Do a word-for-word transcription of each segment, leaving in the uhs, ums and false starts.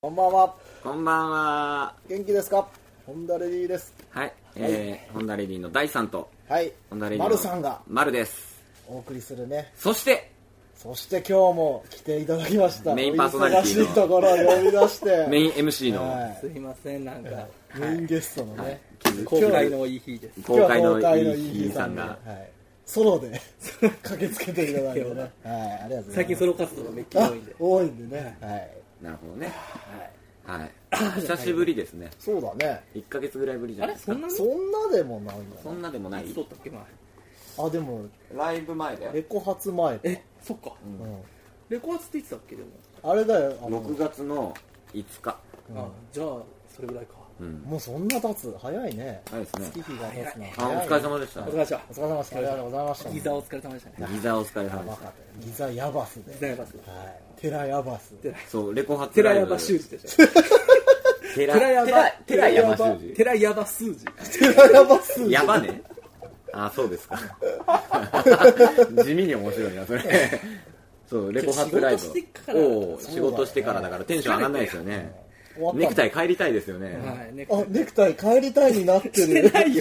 こんばんは。 こんばんは。 元気ですか？ホンダレディです。 はい、えー、ホンダレディの大さんと、 はい、 ホンダレディのマルさんがマルです。 お送りするね。 そしてそして今日も来ていただきました。 メインパーソナリティのお忙しいところを呼び出してメイン エムシー の、 はい、 すいません、なんか、はい、 メインゲストのね、はい、 公開のいい日です。 公開のいい日さんが、 はい、ソロで駆けつけていただいてね、はい、ありがとうございます。 最近ソロ活動がめっちゃ多いんで多いんでね、はい、 なるほどね、はい、はい、久しぶりですね。 そうだね、 いっかげつぐらいぶりじゃないですか。 あれそんなそんなでもないんだ。 そんなでもない。 いつ撮ったっけ前。 あ、でもライブ前だよ。 レコ発前。 え、そっか、うん、レコ発っていつだっけ。でもあれだよ、 ろくがつのいつか、 うん、あ、じゃあそれぐらいか、 うん、もうそんな経つ。早いね。 早いですね。 月日が経つな。 あ、お疲れ様でした。 お疲れ様でした。 お疲れ様でした。ありがとうございました。 ギザお疲れ様でしたね。 ギザお疲れ様でした。 ギザヤバスで。 ギザヤバス。 はい。テラヤバス。 そう、レコ発テラヤバ習字でしょ。 テラヤバテラヤバ習字。 テラヤバ数字。 テラヤバ数字。 ヤバね。あ、そうですか。地味に面白いなそれ。そう、レコ発ライブを仕事してからだからテンション上がんないですよね。ネクタイ帰りたいですよね。 あ、ネクタイ帰りたいになってる。 してないよ。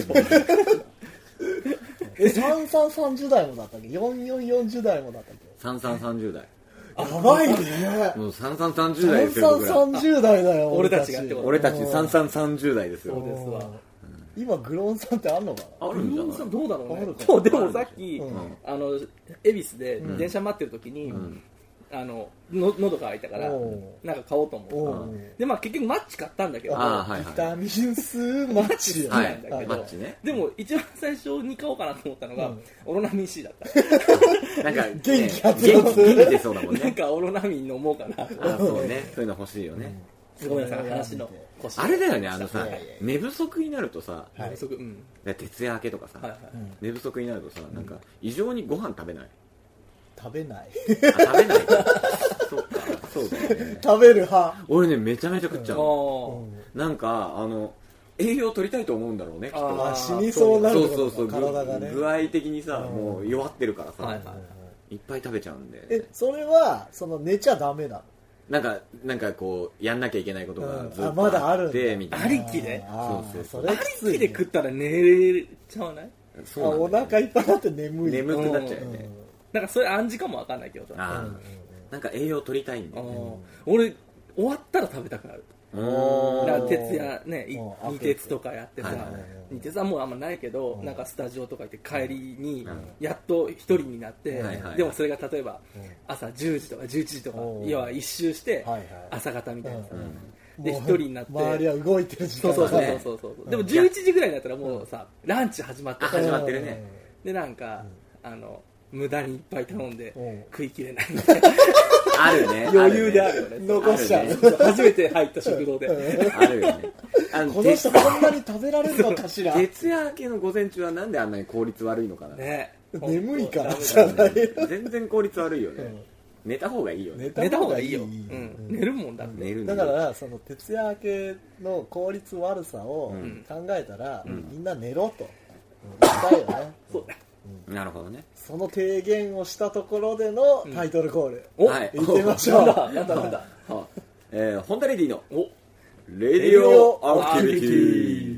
え、さんさんさんじゅう代もだったっけ？よんよんよんじゅう代もだったっけ？ さんさんさんじゅう代。 やばいね。 もうさんさんさんじゅう代ですよ。 さんさんさんじゅう代だよ。 俺たちがってこと。 俺たちさんさんさんじゅう代ですよ。 そうですわ。 今グローンさんってあんのかな？ あるんじゃない？ どうだろうね。今日でもさっきあの恵比寿で電車待ってる時に。あのの喉が開いたからなんか買おうと思う。でまあ結局マッチ買ったんだけど、 ビタミンスマッチなんだけど、でも一番最初に買おうかなと思ったのがオロナミン C だった。 なんか元気元気元気出そうだもんね。 なんかオロナミン飲もうかな。 あ、そうね、そういうの欲しいよね。 ごめんなさい、話のあれだよね、あのさ、寝不足になるとさ、 寝不足、うん、 徹夜明けとかさ、寝不足になるとさ、なんか異常にご飯食べない。 食べない。 食べない。そうか、そうだよね。 食べる派。 俺ね、めちゃめちゃ食っちゃうの。なんかあの栄養取りたいと思うんだろうね、きっと。 死にそうなる。 そうそうそう、 体がね。 具合的にさ、もう弱ってるからさ、いっぱい食べちゃうんで。 え、それはその寝ちゃダメなの？ なんかなんかこうやんなきゃいけないことがずっとあってみたいな。 ありきで。 そうそうそう。 ありきで食ったら寝れちゃわない？ そう。お腹いっぱいになって眠い。 眠くなっちゃうよね。 なんかそれ暗示かもわかんないけどさ、 なんか栄養取りたいんで、 俺終わったら食べたくなる。なんか徹夜ね、二鉄とかやってさ、二鉄はもうあんまないけど、なんかスタジオとか行って帰りにやっと一人になって、でもそれが例えば朝じゅうじとかじゅういちじとか、要は一周して朝方みたいなさ、で一人になって周りは動いてる時間。 そうそうそうそうそう。でもじゅういちじぐらいになったらもうさ、ランチ始まって始まってるね。 でなんかあの無駄にいっぱい頼んで食いきれないあるね。 余裕であるよね。 残しちゃう。 初めて入った食堂であるよね。 この人こんなに食べられるのかしら。 徹夜明けの午前中はなんであんなに効率悪いのかな。 ね。眠いからじゃない。 全然効率悪いよね。寝た方がいいよね。 寝た方がいいよ。寝るもんだって。 だからその徹夜明けの効率悪さを考えたらみんな寝ろと言いたいよね。 そうだ。 なるほどね。 その提言をしたところでのタイトルコール、 うん、はい、 行ってみましょう。 なんだなんだ、 はあ、えー、ホンダレディのレディオアクティビティ。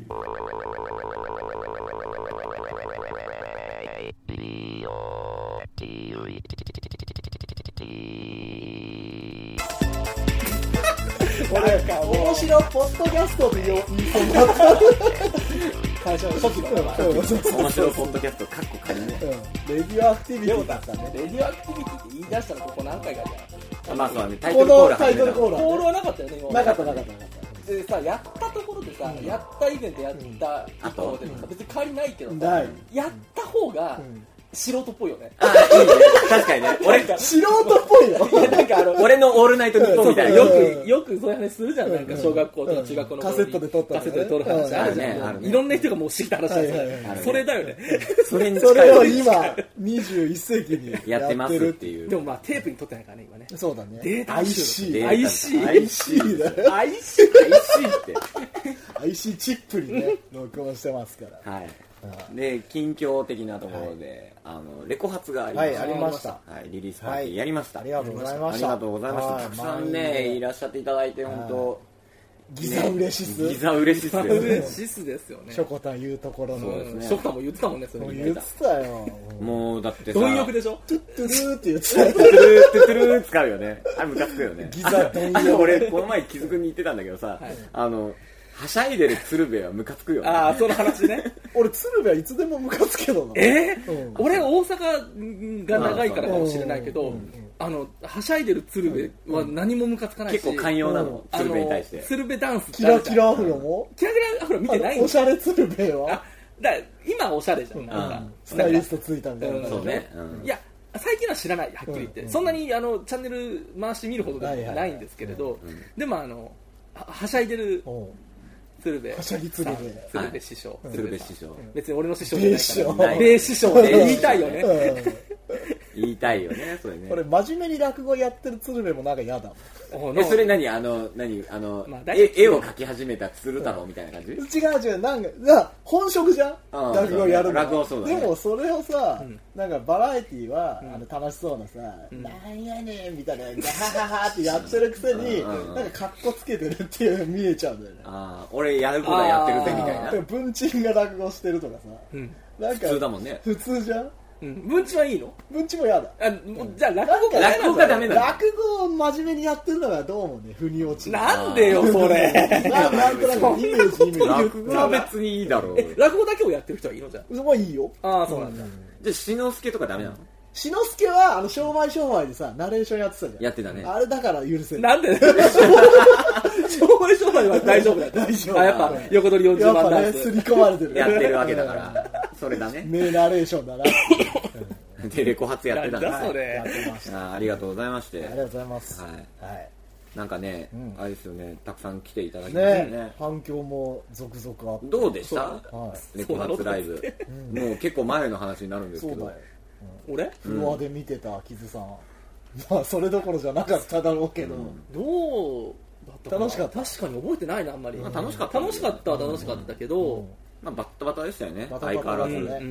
これ面白いポッドキャストで言いそうになった。会社の初期の面白いポッドキャストカッコ仮ね。 レディオアクティビティだったね。 レディオアクティビティって言い出したらここ何回かじゃん。 まあそうだね。タイトルコールタイトルコールコールはなかったよね。 なかったなかったなかった。 でさ、やったところでさ、やったイベントやった以降で別に変わりないけどさ、やった方が素人っぽいよね。 ああ、いいね。確かにね。俺素人っぽいよ。 いやなんかあの俺のオールナイトニッポンみたいな。 よくよくそういう話するじゃん。なんか小学校とか中学校のカセットで撮ったカセットで撮る話あるじゃん。いろんな人がもう知った話だよ。それだよね。 それそれを今にじゅういっ世紀にやってますっていう。 でもまあテープに撮ってないからね今ね。 そうだね。 データアイシーアイシーアイシー だよ。 アイシーアイシー ってアイシー チップにね録音してますから。 はい。 で近況的なところで、はい、あのレコ発がありました、 はい、ありました、 はい、リリースパーティーやりました、 はい、ありがとうございました。 ありがとうございました、はい、たくさんねいらっしゃっていただいて本当ギザウレシス、 ギザウレシスですよね。シスですよね。 ショコタン言うところの、 そうですね。ショコタンも言ってたもんね、それ言ってたよ。 もうだってさ、 貪欲でしょ。 トゥットゥルーって言ってたよ。 トゥルートゥトゥルー使うよね。あれムカつくよね。 ギザ貪欲。 俺この前気づくに言ってたんだけどさ、あのはしゃいでる鶴瓶はムカつくよね。 ああ、その話ね。 俺鶴瓶はいつでもムカつくけどな。 えー、俺大阪が長いからかもしれないけど、あのはしゃいでる鶴瓶は何もムカつかないし、 結構寛容なの、鶴瓶に対して。 鶴瓶ダンスキラキラアフロもキラキラアフロ見てないんおしゃれ鶴瓶は。 だ今おしゃれじゃん。なんかスタイリストついたみたいな。 そうね。 いや。最近は知らない、はっきり言って、うん、そんなにあのチャンネル回して見るほどでもないんですけれど、でもあのは, はしゃいでる鶴瓶はしゃぎ鶴瓶鶴瓶師匠、 鶴瓶師匠、 別に俺の師匠じゃないから米師匠で言いたいよね、 言いたいよね、それね。 俺真面目に落語やってる鶴瓶もなんか嫌だもん。え、それ何あの何あの、まあ、絵, 絵を描き始めた鶴太郎みたいな感じ？ 違う違う、なんか本職じゃん、落語やるの。 落語そうだね。 でもそれをさ、うん、なんかバラエティーは、うん、あの楽しそうなさ、うん、なんやねんみたいなガハハハってやってるくせに、うん、なんか格好つけてるっていう見えちゃうんだよね。 ああ、俺やることはやってるぜみたいな。 文鎮が落語してるとかさ、うん、なんか普通だもんね。 普通じゃん。 うん、文鎮はいいの？ 文鎮も嫌だ。 あ、じゃあ落語が落語がダメなの？ 落語を真面目にやってるのがどうもね、腑に落ちる。 なんでよそれ。 な, なんとなくイメージイメージ。 落語は別にいいだろう。 え、落語だけをやってる人はいいのじゃん。 そこはいいよ。 ああ、そうなんだ。うん、 じゃあ志の輔とかダメなの？ 志の輔はあの商売商売でさナレーションやってたじゃん。 やってたね。 あれだから許せる。 なんで？商売商売は大丈夫だ。大丈夫。あ、やっぱ横取りよんじゅうまんダンス。 やっぱね、すり込まれてる。 やってるわけだから。それだね。 名ナレーションだな。 でレコ発やってたんだ。 それ。 やってました。 あ、ありがとうございまして。 ありがとうございます。 はい。 はい。 なんかね、うん、あれですよね、たくさん来ていただきましたね。 ね、反響も続々あって。 どうでした？ はい、 レコ発ライブ。もう結構前の話になるんですけど。 そうだよ。 うん、俺？ フロアで見てたキズさん。まあそれどころじゃなかっただろうけど。うん、 どうだったかな？ 楽しかった。 確かに覚えてないな、あんまり。 まあ、楽しかった。 楽しかったは楽しかったけど、 うん、まあバッタバタでしたよね。 バタバタ相変わらずね。 うんうんうん。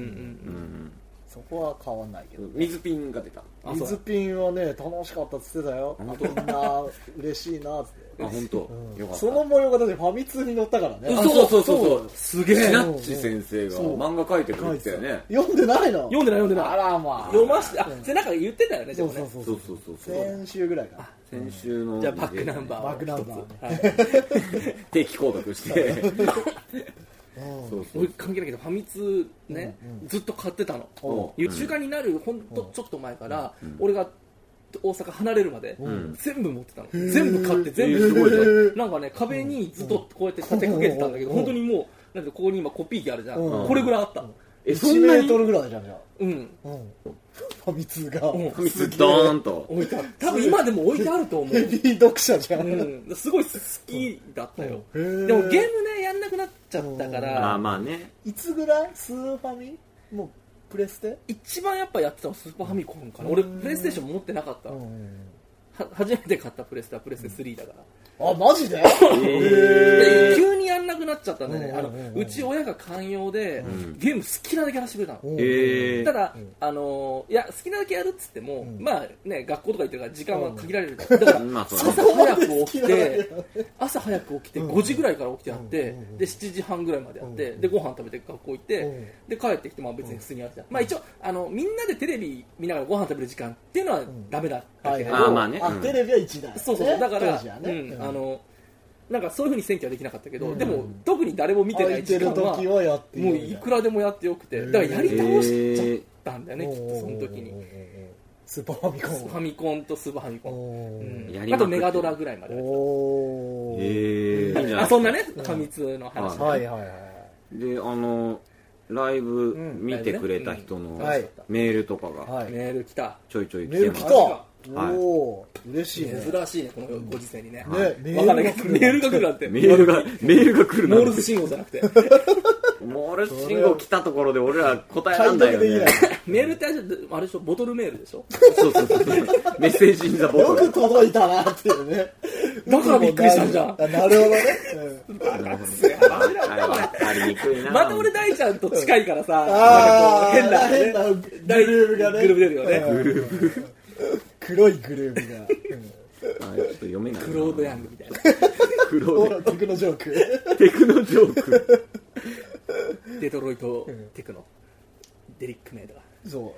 そこは変わんないけど、ね、 水ピンが出た。 水ピンはね楽しかったっつってたよ。あみんな嬉しいなっつって。 あ、本当。 うん、よかった。その模様がだってファミ通に載ったからね。 あ、そうそうそうそう。 すげえ。 シナッチ先生が漫画描いてくれてたよね。 読んでないの？ 読んでない読んでない。 あらまあ。 読まして、あ、背中言ってたよね。 そうそうそうそうそうそう。 先週ぐらいか。 先週の。 じゃあバックナンバー。 バックナンバー。 定期購読して。 そうそう俺関係ないけどファミ通ね、うんうん、ずっと買ってたの。週間になるほんとちょっと前から、うん、俺が大阪離れるまで、うん、全部持ってたの。全部買って全部すごいじゃん。なんかね壁にずっとこうやって立てかけてたんだけど、本当にもうなんかここに今コピー機あるじゃん、うん、これぐらいあった。 え、そんなにいちメートルぐらいじゃんじゃあ。 うん。うん。 ファミ通が。ファミ通ドーンと置いてある。多分今でも置いてあると思う。 ヘビー読者じゃん。 うん。すごい好きだったよ。でもゲームねやんなくなっちゃったから。 ああまあね。 いつぐらいスーファミ？もうプレステ？ 一番やっぱやってたのスーパーファミコンかな。俺プレイステーション持ってなかった。は初めて買ったプレステはプレステスリーだから。 あ、マジで？ で急にやんなくなっちゃったんでね。あのうち親が寛容で、うん、ゲーム好きなだけやらせてくれたの。 えー、 ただ、あのいや好きなだけやるっつっても、うん、まあね学校とか行ってるから時間は限られるから。だから朝早く起きて朝早く起きてごじぐらいから起きてやって、でしちじはんぐらいまでやって、でご飯食べて学校行って、で帰ってきてまあ別に普通にやってた。まあ一応あのみんなでテレビ見ながらご飯食べる時間っていうのはダメだったけど。 あまあね。 あテレビは一台。 そうそうだから。うんあのなんかそういう風に選挙はできなかったけど、うん、でも特に誰も見てない時間はもういくらでもやってよくて、だからやり倒しちゃったんだよね、きっとその時に。 スーパーファミコン、 ファミコンとスーパーファミコン、うん、あとメガドラぐらいまでやってた。 おー、あそんなねファミ通の話、 はいはいはい。 であのライブ見てくれた人のメールとかがメール来た、 ちょいちょい来てます。メール来た。はい、おー嬉しいね。 珍しいねこのご時世にね。 ね、はい、 メールが来る。メールが来るなんて。 メールがメールが来るなんて。 モールス信号じゃなくて。 モールス信号来たところで俺ら答えらんないよね。 メールってあれでしょボトルメールでしょ。 そうそうそう。メッセージインザボトル。 よく届いたなっていうね。 だからびっくりしたんじゃん。 なるほどね。 また俺大ちゃんと近いからさ、 あ変な変なグルーブがね。 グルーブ出るよね。 グルーブ。黒いグルーブが。 あちょっと読めない。 クロードヤングみたいな。 クロード。テクノジョーク。 テクノジョーク。 デトロイトテクノ。デリック・メイドが。 そう。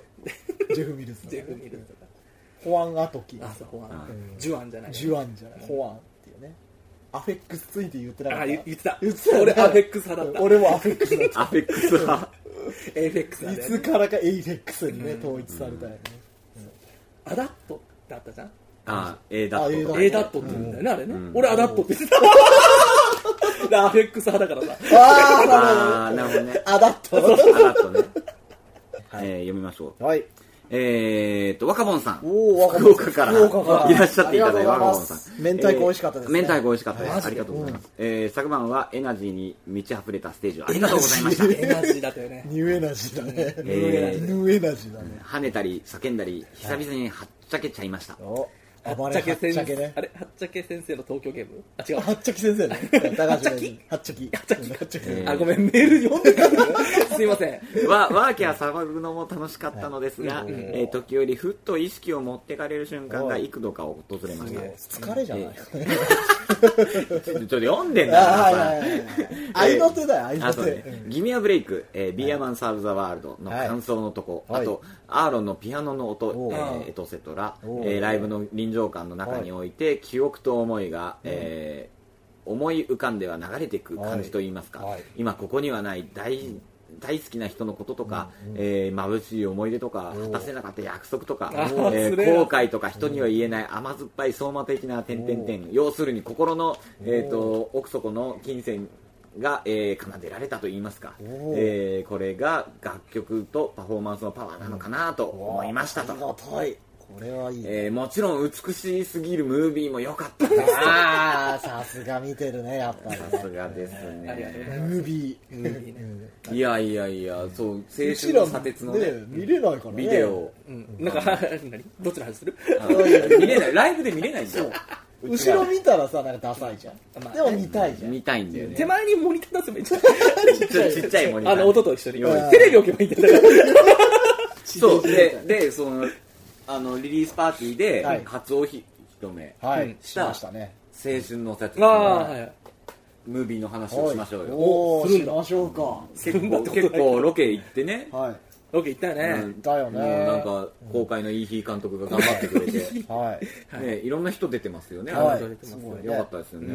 ジェフ・ミルズ。 ジェフ・ミルズとか。 ホアン・アトキ。 あ、そう、ホアン。ジュアンじゃない。 ジュアンじゃない。ホアンっていうね。アフェックスついて言ってなかった。 あ、言ってた。 言ってた。 俺アフェックス派だった。 俺もアフェックスだった。 アフェックス派。 エイフェックスだね。 いつからかエイフェックスにね、統一されたよね。 アダットってあったじゃん。 あ、A ダット。 A ダットって言うんだよね、あれね。俺アダットって言ってた。アフェックス派だからさ。 ああ、なるほどね。 アダット。 アダットね。え読みましょう。 はい。 えーと、若本さん。 おー、 福岡からいらっしゃっていただいた若本さん。 明太子美味しかったですね。 明太子美味しかったです。ありがとうございます。えー、昨晩はエナジーに満ち溢れたステージをありがとうございました。 エナジーだったよね。 ニューエナジーだね。ニューエナジーだね。 跳ねたり叫んだり、久々にはっちゃけちゃいました。 はっちゃけ先生、ね、あれはっちゃけ先生の東京ゲームあ違うはっちゃけ先生ねはっちゃきはっちゃきはっちゃきあごめんメール読んでたすいませんわワーキャー騒ぐのも楽しかったのですが、はいえー、時折ふっと意識を持ってかれる瞬間が幾度か訪れました疲れじゃない、 えー、ちょっと読んでんだから合いの手だよ合いの手ギミアブレイク、えー、ビーアマンサーブザワールドの感想のとこ、はい、あとアーロンのピアノの音、えー、エトセトラ、えー、ライブの臨場感の中において、はい、記憶と思いが、えー、思い浮かんでは流れていく感じといいますか、はいはい、今ここにはない大、大好きな人のこととか、うんうんえー、眩しい思い出とか果たせなかった約束とか、えー、後悔とか人には言えない甘酸っぱい相馬的な点々点要するに心の、えー、と奥底の金銭が、えー、奏でられたといいますか、えー、これが楽曲とパフォーマンスのパワーなのかなと思いましたと。 ありがたいこれはいい、ねえー、もちろん美しすぎるムービーも良かったです。 ああさすが見てるねやっぱり、ね、 さすがですね。 ムービー、ムービーね、いやいやいやそう青春の砂鉄のね、 ね見れないからねビデオ、 うん、なんか何どっちの話する見れないライブで見れないんだよ。 後ろ見たらさなんかダサいじゃん、まあ、でも見たいじゃん見たいんだよね。 手前にモニター出せばいいじゃんちっちゃいモニターあの音と一緒にテレビ置けばいいんだよそうででそのあのリリースパーティーで初お披露目した青春の砂鉄のムービーの話をしましょうよ。 おーしましょうか。 結構結構ロケ行ってね、 ロケ行ったよね、 うん、だよね。 なんか公開のイーヒー監督が頑張ってくれてはいね、いろんな人出てますよね。 はい、 すごいよかったですよね、うん、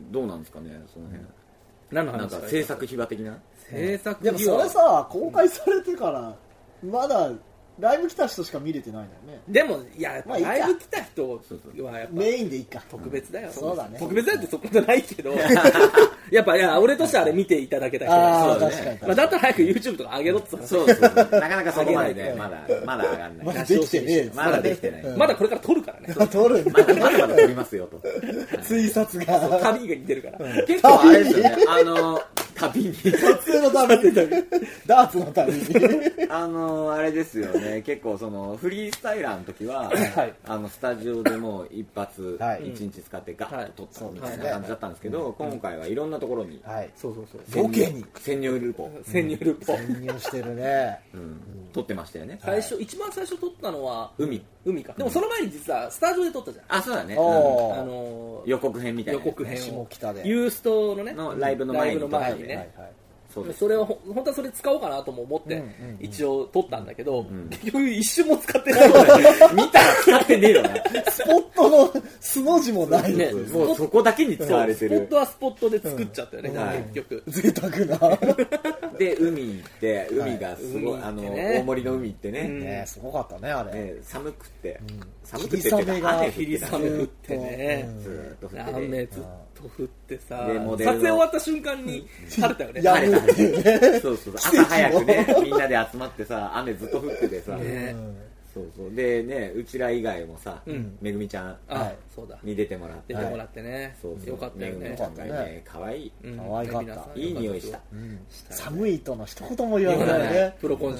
どうなんですかねその辺。 何の話なんか制作秘話的な制作秘話。 でもそれさ公開されてからまだライブ来た人しか見れてないんだよね。 でもいや、まあ、ライブ来た人はやっぱメインでいいか特別だよ、 うん、そうだね。 特別だよってそこじゃないけどやっぱいや俺としてはあれ見ていただけた人ああ、ね、確かに、 まあ、だったら早く YouTube とか上げろって言ったらそうそうなかなかそこまでねまだまだ上がんないまだできてねえまだできてない、 うん、まだこれから撮るからね撮るまだまだまだ撮りますよと追撮が旅が似てるから、 うん、結構あれですよねあの旅に撮影のためにダーツのためにあのあれですよね結構そのフリースタイラーの時は、はい、あのスタジオでも一発一日使ってガッと撮ったみたいな感じだったんですけど、今回はいろんなところに、 はい、 そうそうそうロケに潜入ルポ潜入ルポ潜入してるね、 うん、撮ってましたよね。 最初一番最初撮ったのは海海か。でもその前に実はスタジオで撮ったじゃん。 あそうだね、 うん、あの予告編みたいな予告編を下北でユーストのねのライブの前に撮ったね、はいはい、 そうそれを本当はそれ使おうかなとも思って、うんうんうん、一応撮ったんだけど、うん、結局一瞬も使ってない見たら使ってねえよなスポットのスの字もないね。 もうそこだけに使われてる。 スポットはスポットで作っちゃったよね、うん、結局贅沢なで海行って海がすごい、はい、あの、ね、大森の海行ってね、 うん、ねすごかったねあれ、 ね、寒くって、うん、寒くってっていうか雨降ってね、 ずっと降ってね雨ずっと降ってさ撮影終わった瞬間に晴れたよね晴れたねそうそう朝早くねみんなで集まってさ雨ずっと降っててさ、ね、そうそうでねうちら以外もさ、うん、めぐみちゃんに出てもらって出てもらってね、そうそうよかったよね。 めぐみちゃんがね可愛い可愛かったいい匂いした、 うん、寒いとの一言も言わないねプロ根性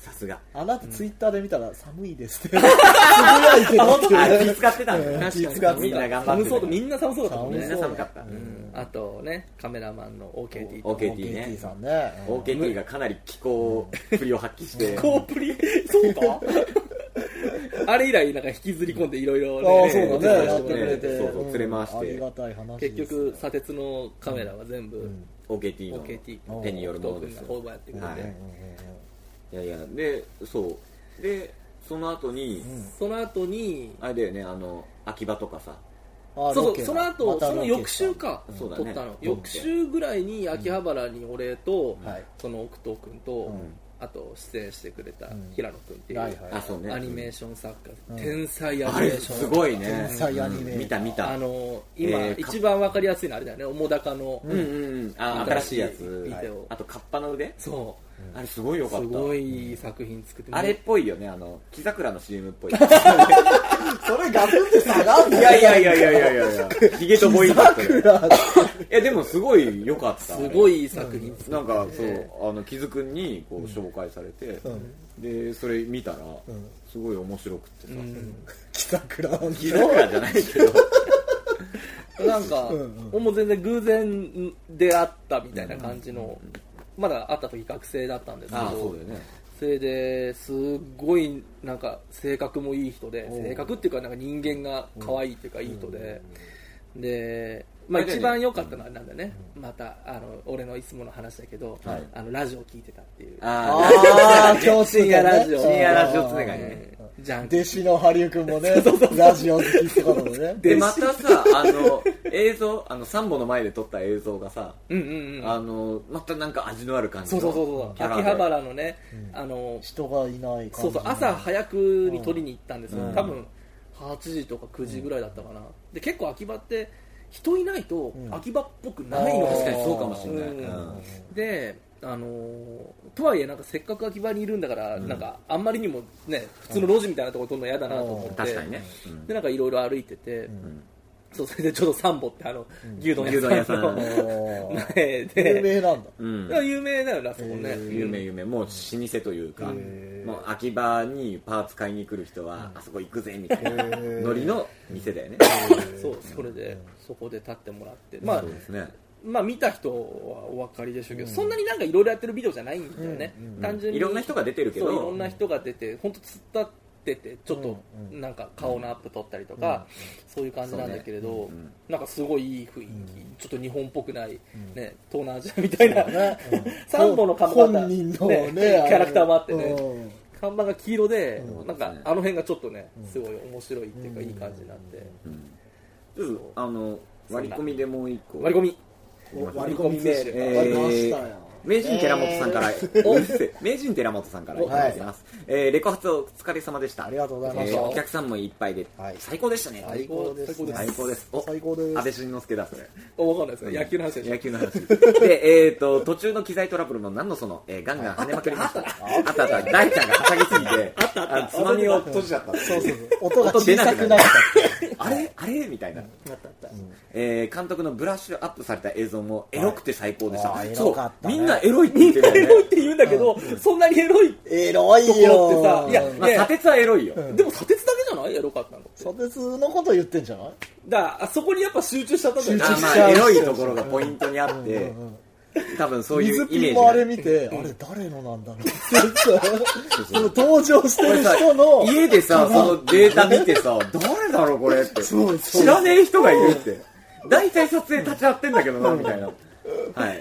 さすが。 あなたツイッターで見たら寒いですってつぶやいてたってあ、気使ってたんだ。 気使ってみんな頑張ってた。みんな寒そうだったもんね。 みんな寒かった。 あとね、カメラマンの オーケーティーオーケーティー ね。 さんね。 オーケーティー がかなり気候プリを発揮して。 気候プリそうかあれ以来なんか引きずり込んでいろいろね、そうだね、やってくれて、 そうそう連れ回して、 ありがたい話結局砂鉄のカメラは全部オーケーティー の手によるものです。 ほぼやってくれて、 いやいやでそうでその後にその後にあれだよね、あの秋葉とかさ。 そうそう、その後その翌週か撮ったの。翌週ぐらいに秋葉原に俺とその奥藤君とあと出演してくれた平野君っていうアニメーション作家、天才アニメーション、 すごいね、 天才アニメーション、 見た見た。 あの今一番わかりやすいのあれだよね、澤瀉の新しいやつ、あとカッパの腕、 そう、 あれすごい良かった。 すごい作品作って、 あれっぽいよね、あの木桜の シーエム っぽい。 それガクンって下がんね。いやいやいやいやいやいやいや、ヒゲとボインだった。いやでもすごい良かった。 すごい作品作って、 なんかそうあの木津くんにこう紹介されて、でそれ見たらすごい面白くってさ、 木桜木桜じゃないけど。なんか、もう全然偶然出会ったみたいな感じの、まだ会った時学生だったんですけど、 ああそうだよね。 それですっごいなんか性格もいい人で、性格っていうかなんか人間が可愛いっていうかいい人で、で、まあ一番良かったのはなんだね、またあの俺のいつもの話だけど、あのラジオ聞いてたっていう、 ああ共通深夜ラジオ、 深夜ラジオつながりね。 弟子のハリウ君もね、ラジオ好きってことでね。 でまたさ、あの映像、あのサンボの前で撮った映像がさ、あのまたなんか味のある感じの。 そうそうそうそう。秋葉原のね、あの人がいない感じ。 そうそう、朝早くに撮りに行ったんですよ。多分はちじとかくじぐらいだったかな。で結構秋葉って人いないと秋葉っぽくないの。 確かにそうかもしれない。 で。あのー、とはいえなんかせっかく秋葉にいるんだから、うん、なんかあんまりにもね普通の路地みたいなところ撮るの嫌だなと思って、うん、 確かにね、うん、 でなんかいろいろ歩いてて、うん、そうそれでちょうどサンボってあの、うん、牛丼屋さんの前で有名なんだ、 うん、有名だよなそこね、 有名有名、もう老舗というか、もう秋葉にパーツ買いに来る人はあそこ行くぜみたいなノリの店だよね。 そうそれでそこで立ってもらって、まあそうですね、 まあ見た人はお分かりでしょうけど、うん、そんなになんかいろいろやってるビデオじゃないんだよね、うんうん、単純にいろんな人が出てるけど、 いろんな人が出て本当突っ立っててちょっとなんか顔のアップ撮ったりとか、うん、そういう感じなんだけれど、ね、うん、なんかすごいいい雰囲気、うん、ちょっと日本っぽくない、ね、東南アジアみたいな、ね、サンボの看板が、ねね、キャラクターもあってね、うん、看板が黄色で、うん、なんかあの辺がちょっとねすごい面白いっていうか、いい感じになって、 うんうん、あの割り込みでもう一個割り込み割り込みメール、 えー、名人寺本さんから名人寺本さんからいただきます、はい、えー、レコ発お疲れ様でした。 ありがとうございました、 えー、お客さんもいっぱいで、はい、最高でしたね。 最高です、ね、 最高です。お、 最高です。 安倍晋之助だそれ。 分かんないですね、野球の話でしょ。 野球の話で、えーと途中の機材トラブルも何のその、えー、ガンガン跳ねまくりました。あったあった、大ちゃんがはしゃぎすぎてあったあった、 つまみを閉じちゃった。 そうそうそう、音が小さくなったあれあれみたいな。 あったあった、 えー、監督のブラッシュアップされた映像もエロくて最高でした。 そう、 みんなエロいって言ってるよね。 エロいって言うんだけど、そんなにエロいエロいよってさ、いや、 まあ、砂鉄はエロいよ。 でも砂鉄だけじゃないエロかったの。 砂鉄のこと言ってんじゃない。 だからあそこにやっぱ集中しちゃったんだよね。 まあエロいところがポイントにあって、多分そういうイメージ。 水ピンもあれ見て、あれ誰のなんだろうってその登場してる人の家でさ、そのデータ見てさ、誰だろうこれって、 そうそう知らねえ人がいるって、大体撮影立ち会ってんだけどなみたいな。はい。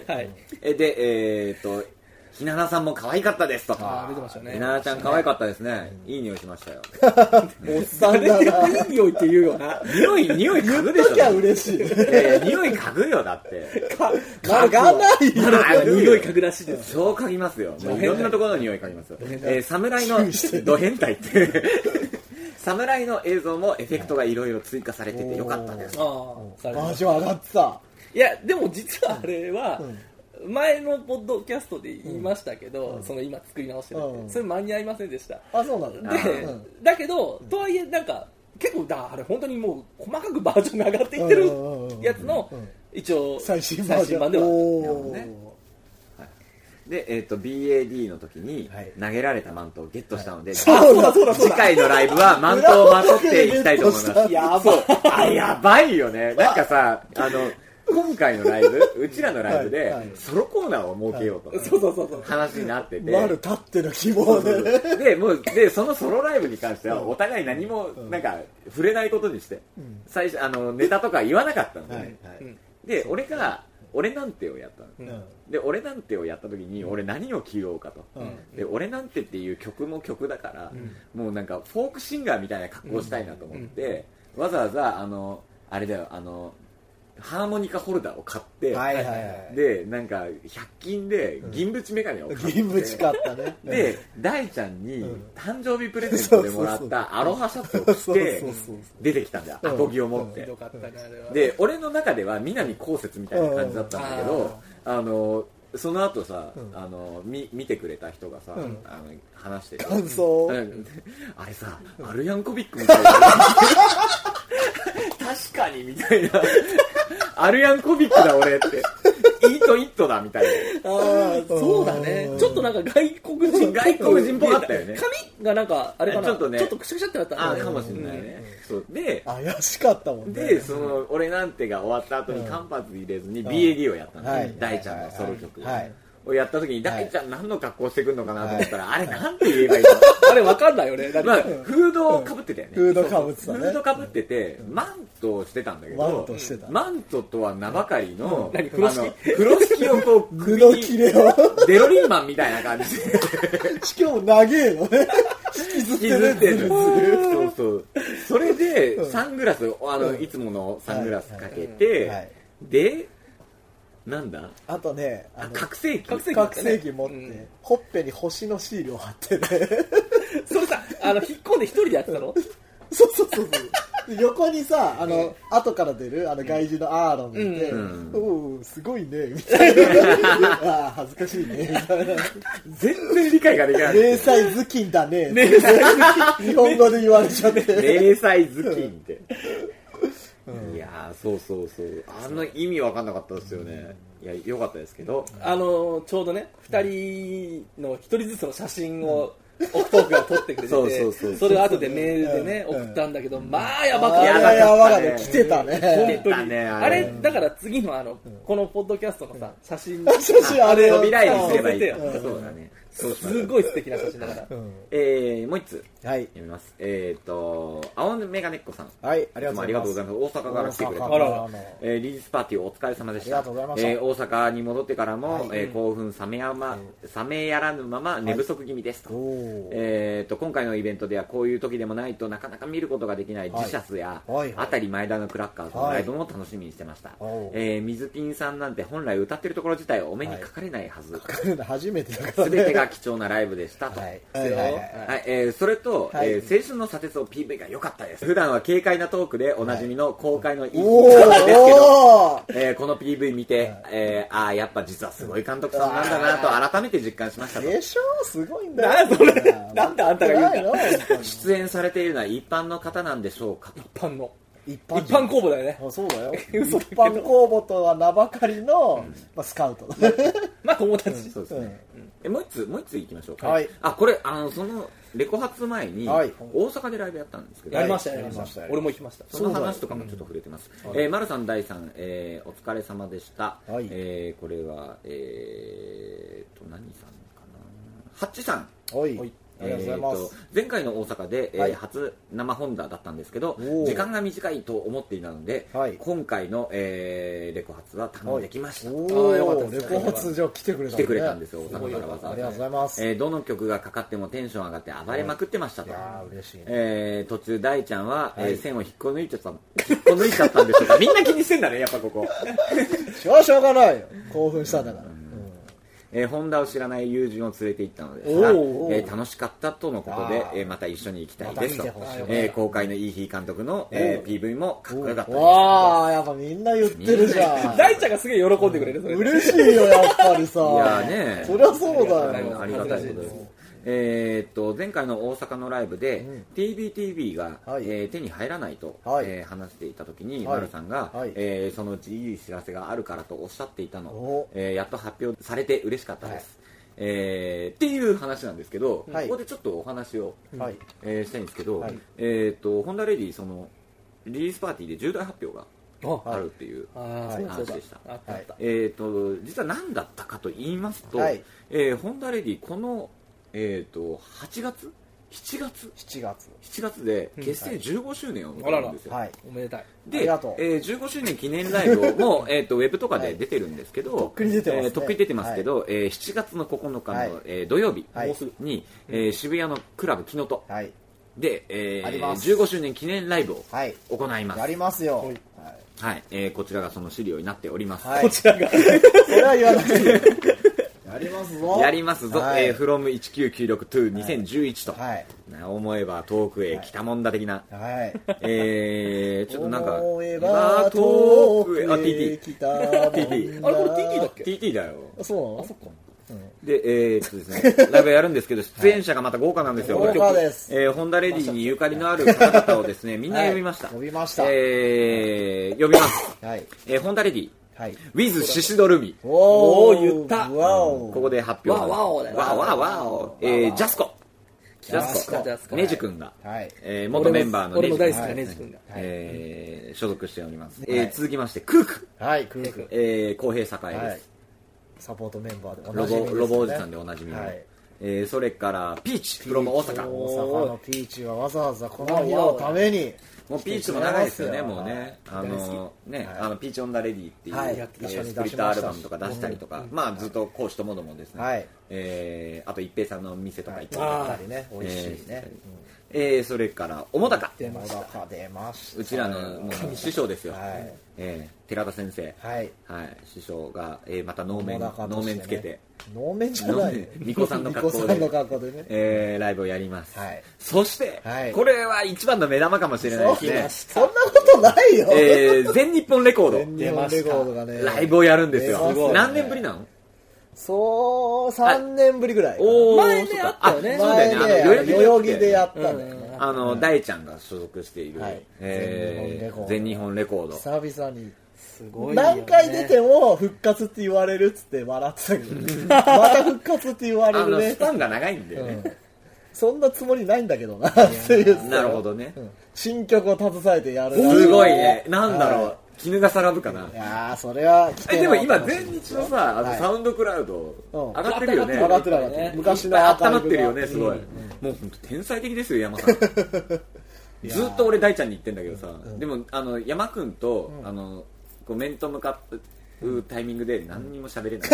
はい。 で、えーっとひななさんも可愛かったですとか。 あ、出てましたね。 ひななちゃん可愛かったですね。いい匂いしましたよ。 おっさんだな。 いい匂いって言うよな。 匂い、匂い嗅ぐでしょ。 言っときゃ嬉しい。 えー、匂い嗅ぐよ、だって。 嗅がないよ。匂い嗅ぐらしいです。 そう嗅ぎますよ。もういろんなところの匂い嗅ぎますよ。えー、侍のド変態って。侍の映像もエフェクトがいろいろ追加されててよかったです。 ああ、バージョン上がってた。 いや、でも実はあれは、前のポッドキャストで言いましたけど、うん、その今作り直してるんで、うん、それ間に合いませんでした。 あ、そうなんだ。 で、うん、だけど、とはいえなんか結構だあれ本当にもう細かくバージョンが上がっていってるやつの一応最新版では、 ね、 で、えっ、ー、と ビーエーディー の時に投げられたマントをゲットしたので、はい、 そうだそうだそうだ、 次回のライブはマントをまとっていきたいと思います。 やばい。 あ、やばいよね。なんかさ、あの今回のライブ、うちらのライブでソロコーナーを設けようと話になってて、 丸立っての希望で、 ね、でもうでそのソロライブに関してはお互い何もなんか触れないことにして、最初あのネタとか言わなかったんだよね。で、俺が俺なんてをやったの、うん、で俺なんてをやった時に俺何を着ようかと、うん、で俺なんてっていう曲も曲だから、うん、もうなんかフォークシンガーみたいな格好をしたいなと思って、うん、わざわざあのあれだよ、あのハーモニカホルダーを買って、はいはいはい、でなんかひゃく均で銀縁メガネを買って、 銀縁買ったね。 で大ちゃんに誕生日プレゼントでもらったアロハシャツを着て出てきたんだよ、アコギを持って。で俺の中では南こうせつみたいな感じだったんだけど、あのその後さ、うん、あのみ見てくれた人がさ、うん、あの話してて、 感想あれさ、アルヤンコビックみたいな確かにみたいなアルヤンコビックだ俺ってイートイットだみたいな。 ああ、そうだね。ちょっとなんか外国人外国人っぽかったよね。 髪がなんかあれかな、 ちょっとね、 ちょっとくしゃくしゃってなった。 あかもしれないね。うん、そうで怪しかったもんね。 でその俺なんてが終わった後に間髪入れずに ビーエーディー をやったんだよ、大ちゃんのソロ曲をやった時に大ちゃん何の格好してくるのかなと思ったら、あれなんて言えばいいのあれわかんないよね。 まあフードをかぶってたよね。 フードかぶってたね。 フードかぶっててマントをしてたんだけど、 マントしてた。 マントとは名ばかりの何風呂敷風呂敷をこう首にデロリンマンみたいな感じでしかも長えのね。引きずってる。 そうそう。それでサングラス、あのいつものサングラスかけて、でなんだあとね、 あの覚醒器覚醒器持って、うん、ほっぺに星のシールを貼ってねそれさ、あの引っ込んで一人でやってたのそうそうそうそう横にさ、あの、うん、後から出るあの外獣のアーロンがいて、うん、おおすごいねみたいなああ恥ずかしいねみたいな全然理解ができない。 零細頭巾だね日本語で言われちゃって零細頭巾っていやそうそうそう、あの意味分かんなかったですよね。いや良かったですけど、 あのちょうどねふたりのひとりずつの写真をオクトークが撮ってくれてて、そうそうそう、それを後でメールでね送ったんだけど、まあやばかった。 やばやばかった。来てたね。 本当にあれだから次のあのこのポッドキャストのさ写真写真あれ扉絵にすればいいよ。そうだね。 すごい素敵な写真だから。 えー、もう一つはい読みます。えっと青メガネっ子さん、 はいありがとうございます。 大阪から来てくれた。えー、リリースパーティーお疲れ様でした。 ありがとうございました。 えー、大阪に戻ってからも、えー、興奮冷めやま冷めやらぬまま寝不足気味ですと。えっと今回のイベントではこういう時でもないとなかなか見ることができないジシャスやあたり前田のクラッカーズのライブも楽しみにしてました。えー、水ピンさんなんて本来歌ってるところ自体お目にかかれないはず。 初めてだからね。 全てが貴重なライブでしたと。はい。はいはい。えー、それと、はい、えー、青春の砂鉄を ピーブイ が良かったです。普段は軽快なトークでおなじみの公開のいいですけど、えー、この ピーブイ 見て、えー、ああやっぱ実はすごい監督さんなんだなと改めて実感しましたと。 でしょ、すごいんだよ。なそれなんであんたが言うの。出演されているのは一般の方なんでしょうかと。 一般の。一般, 一般公募だよね。 あそうだよ一般公募とは名ばかりの、うんまあ、スカウトまあ友達、うん、 そうですね、うん、えもう一つもう一ついきましょうか、 はい、 あこれあのそのレコ発前に大阪でライブやったんですけど、 やりましたやりました俺も行きました。 その話とかもちょっと触れてます、うんえー、丸さん大さん、えー、お疲れ様でした、はいえー、これはえー、と何さんかなハッチさんはいありがとうございます。 えー、前回の大阪で、はい、えー、初生本田だったんですけど時間が短いと思っていたので、はい、今回の、えー、レコ発は頼んできました。 はい、およかったです。レコ発じゃ来てくれた、 ね、来てくれたんですよ大阪からわざわざ。 ありがとうございます、 えー、どの曲がかかってもテンション上がって暴れまくってましたと、 はい、いや嬉しい、ねえー、途中大ちゃんは、はいえー、線を引っこ抜いちゃった引っこ抜いちゃったんでしょうかみんな気にしてんだねやっぱここしょうしょうがないよ興奮したんだから、うんえー、ホンダを知らない友人を連れて行ったのですが、えー、楽しかったとのことで、えー、また一緒に行きたいですと、えー、公開のイーヒー監督の、えー、ピーブイ もかっこよかったです。 わあやっぱみんな言ってるじゃん。 大ちゃんがすげえ喜んでくれる。それ嬉しいよやっぱりさ。 いやねそりゃそうだよ。 ありがたいことです。 えー、っと前回の大阪のライブで、うん、ティービーティービー が、はい、えー、手に入らないと、はい、えー、話していた時に、はい、丸さんが、はい、えー、そのうちいい知らせがあるからとおっしゃっていたの、えー、やっと発表されて嬉しかったです、はい、えー、っていう話なんですけど、はい、ここでちょっとお話を、はい、えー、したいんですけど、はい、えー、っとホンダレディそのリリースパーティーで重大発表があるっていう話でした。えっと実は何だったかと言いますと、はい、えー、ホンダレディこの、えー、とはちがつしちがつしちがつしちがつで結成じゅうごしゅうねんを迎えるんですよ。 はい、おめでたい。 で、えー、じゅうごしゅうねん記念ライブもえとウェブとかで出てるんですけど、 とっくに出てますね。 えー、とっくに出てますけど、はい、えー、しちがつのここのかの、はい、えー、土曜日に、はい、えー、渋谷のクラブキノト、はい、で、えー、じゅうごしゅうねん記念ライブを行います。 やりますよ。はい、 はい、えー、こちらがその資料になっております。 はい、 こちらがそれは言わなくてやりますぞ。 やりますぞ。はい、えー、フロムせんきゅうひゃくきゅうじゅうろく to にせんじゅういちと、はい、思えば遠くへ来たもんだ的な、はい、えー、ちょっとなんか思えば遠くへあ ティーティー来たもんだ。 あれこれ ティーティー だっけ？ ティーティー だよ。 あ、そうなの？ あ、そっか。 で、えー、っとですね、ライブやるんですけど、出演者がまた豪華なんですよ。 豪華です。 えー、ホンダレディにゆかりのある方々をですね、みんな呼びました。 はい、呼びました。 えー、呼びます。はい。えー、ホンダレディ、はい、With シシドルミ。 おー、言った。 わお。 ここで発表。 わわおだよ。 わわわお。えー、ジャスコ。ジャスコ。ネジ君が、はい、えー、元メンバーのネジ君。 俺も大好きなネジ君が。 えー、所属しております。えー、続きまして、クーク。 はい、クーク。 えー、公平栄です。 サポートメンバーでおなじみですね。ロボおじさんでおなじみの、はい、えー、それからピーチフロム大阪。 大阪のピーチはわざわざこの日のためにもうピーチも長いですよね。もうね、あのね、はい、あのピーチオンダレディっていう、はい、えー、スプリットアルバムとか出したりとか、まあずっと講師ともどもですね、はい、えー、あと一平さんの店とか行ってたりね、美味しいね。 えー、それからおもだか出ました出ましたうちらのもう師匠ですよ、はい、えー、寺田先生、はいはい、師匠が、えー、また能面、ね、能面つけて能面じゃない巫女さんの格好で、 ね、 えー、ライブをやります、はい、そして、はい、これは一番の目玉かもしれないですね。そんなことないよ、 えー、全日本レコード全日本レコードがねライブをやるんですよ。す何年ぶりなの？ そうさんねんぶりぐらい。 前ねあったよね。 そうだよね、代々木でやったんだよね。 あの大ちゃんが所属している、はい、えー、全日本レコード久々にすごい、ね、何回出ても復活って言われるっつって笑ってたけど、ね、また復活って言われるね。 スパンが長いんだよね、うん、 そんなつもりないんだけどなっていうなるほどね、うん、 新曲を携えてやるすごいね。なんだろう、はい、絹笠ラブかな。 いやーそれはえでも今全日のさあのサウンドクラウド上がってるよね。 上がってる上がってる。昔のアーカイブが温まってるよね。すごい、うんうん、もう本当天才的ですよ山さんずっと俺大ちゃんに言ってんだけどさ、うん、でもあの山くんと、うん、あのこう面と向かうタイミングで何にも喋れない、うん、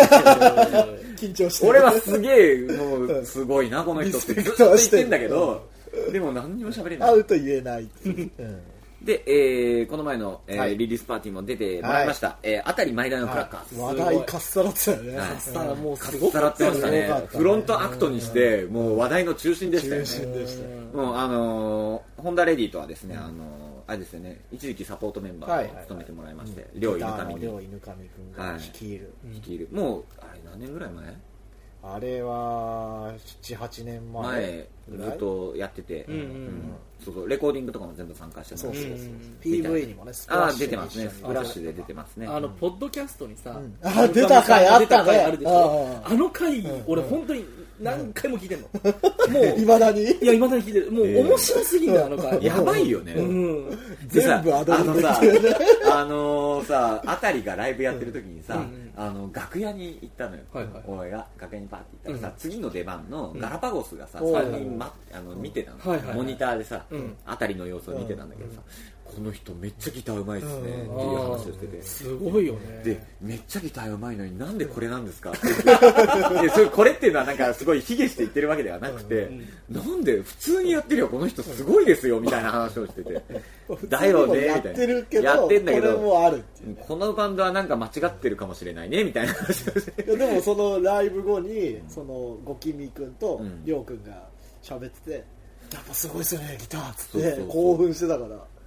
緊張してる。 俺はすげえもうすごいなこの人ってずっと言ってんだけどでも何にも喋れない。 会うと言えない、うん、 で、えー、この前の、えーはい、リリースパーティーも出てもらいました、はい、えー、あたり前田のクラッカー、 はい、話題かっさらってたよね、 はい、 かっさらもうすごかったましたね。フロントアクトにしてもう話題の中心でしたよね。 中心でしたもうあのー、ホンダレディとはですね、うん、あのー、あれですよね、一時期サポートメンバーを務めてもらいまして、両犬神に両犬神くんが率いる、 はい、率いるもうあれ何年ぐらい前？ あれはななはちねんまえ前ずっとやってて、うんうんうん、そうそうレコーディングとかも全部参加してます。 そうそうそう、うん、ピーブイ にもねスプラッシュあ出てますね。スプラッシュで出てますね。 あのポッドキャストにさ、うん、 あ出た回あったね。 あるでしょ。あの回、うん、俺本当に何回も聞いてんの、 うん、もういまだにいやいまだに聞いてる。もう面白すぎる、えー、あの回やばいよね、うん、 全部アドリブであのさあたりがライブやってる時にさ、うん、あの楽屋に行ったのよ、はいはい、俺が楽屋にパーって行ったらさ、うん、次の出番のガラパゴスがさ、うん、さんにん、ま、あの見てたの、はいはいはい、モニターでさ、うん、あたりの様子を見てたんだけどさ、うん、この人めっちゃギターうまいっすねっていう話をしてて、 すごいよね。 でめっちゃギターうまいのになんでこれなんですかってでそれこれっていうのはなんかすごい卑下して言ってるわけではなくて、うん、なんで普通にやってるよこの人すごいですよみたいな話をしててだよねみたいなやってるけどやってんだけどこれもあるっていう、 このバンドはなんか間違ってるかもしれないねみたいな話をしてでもそのライブ後にそのゴキミ君とリョウ君が喋ってて、やっぱすごいっすよねギターっつって興奮してたから、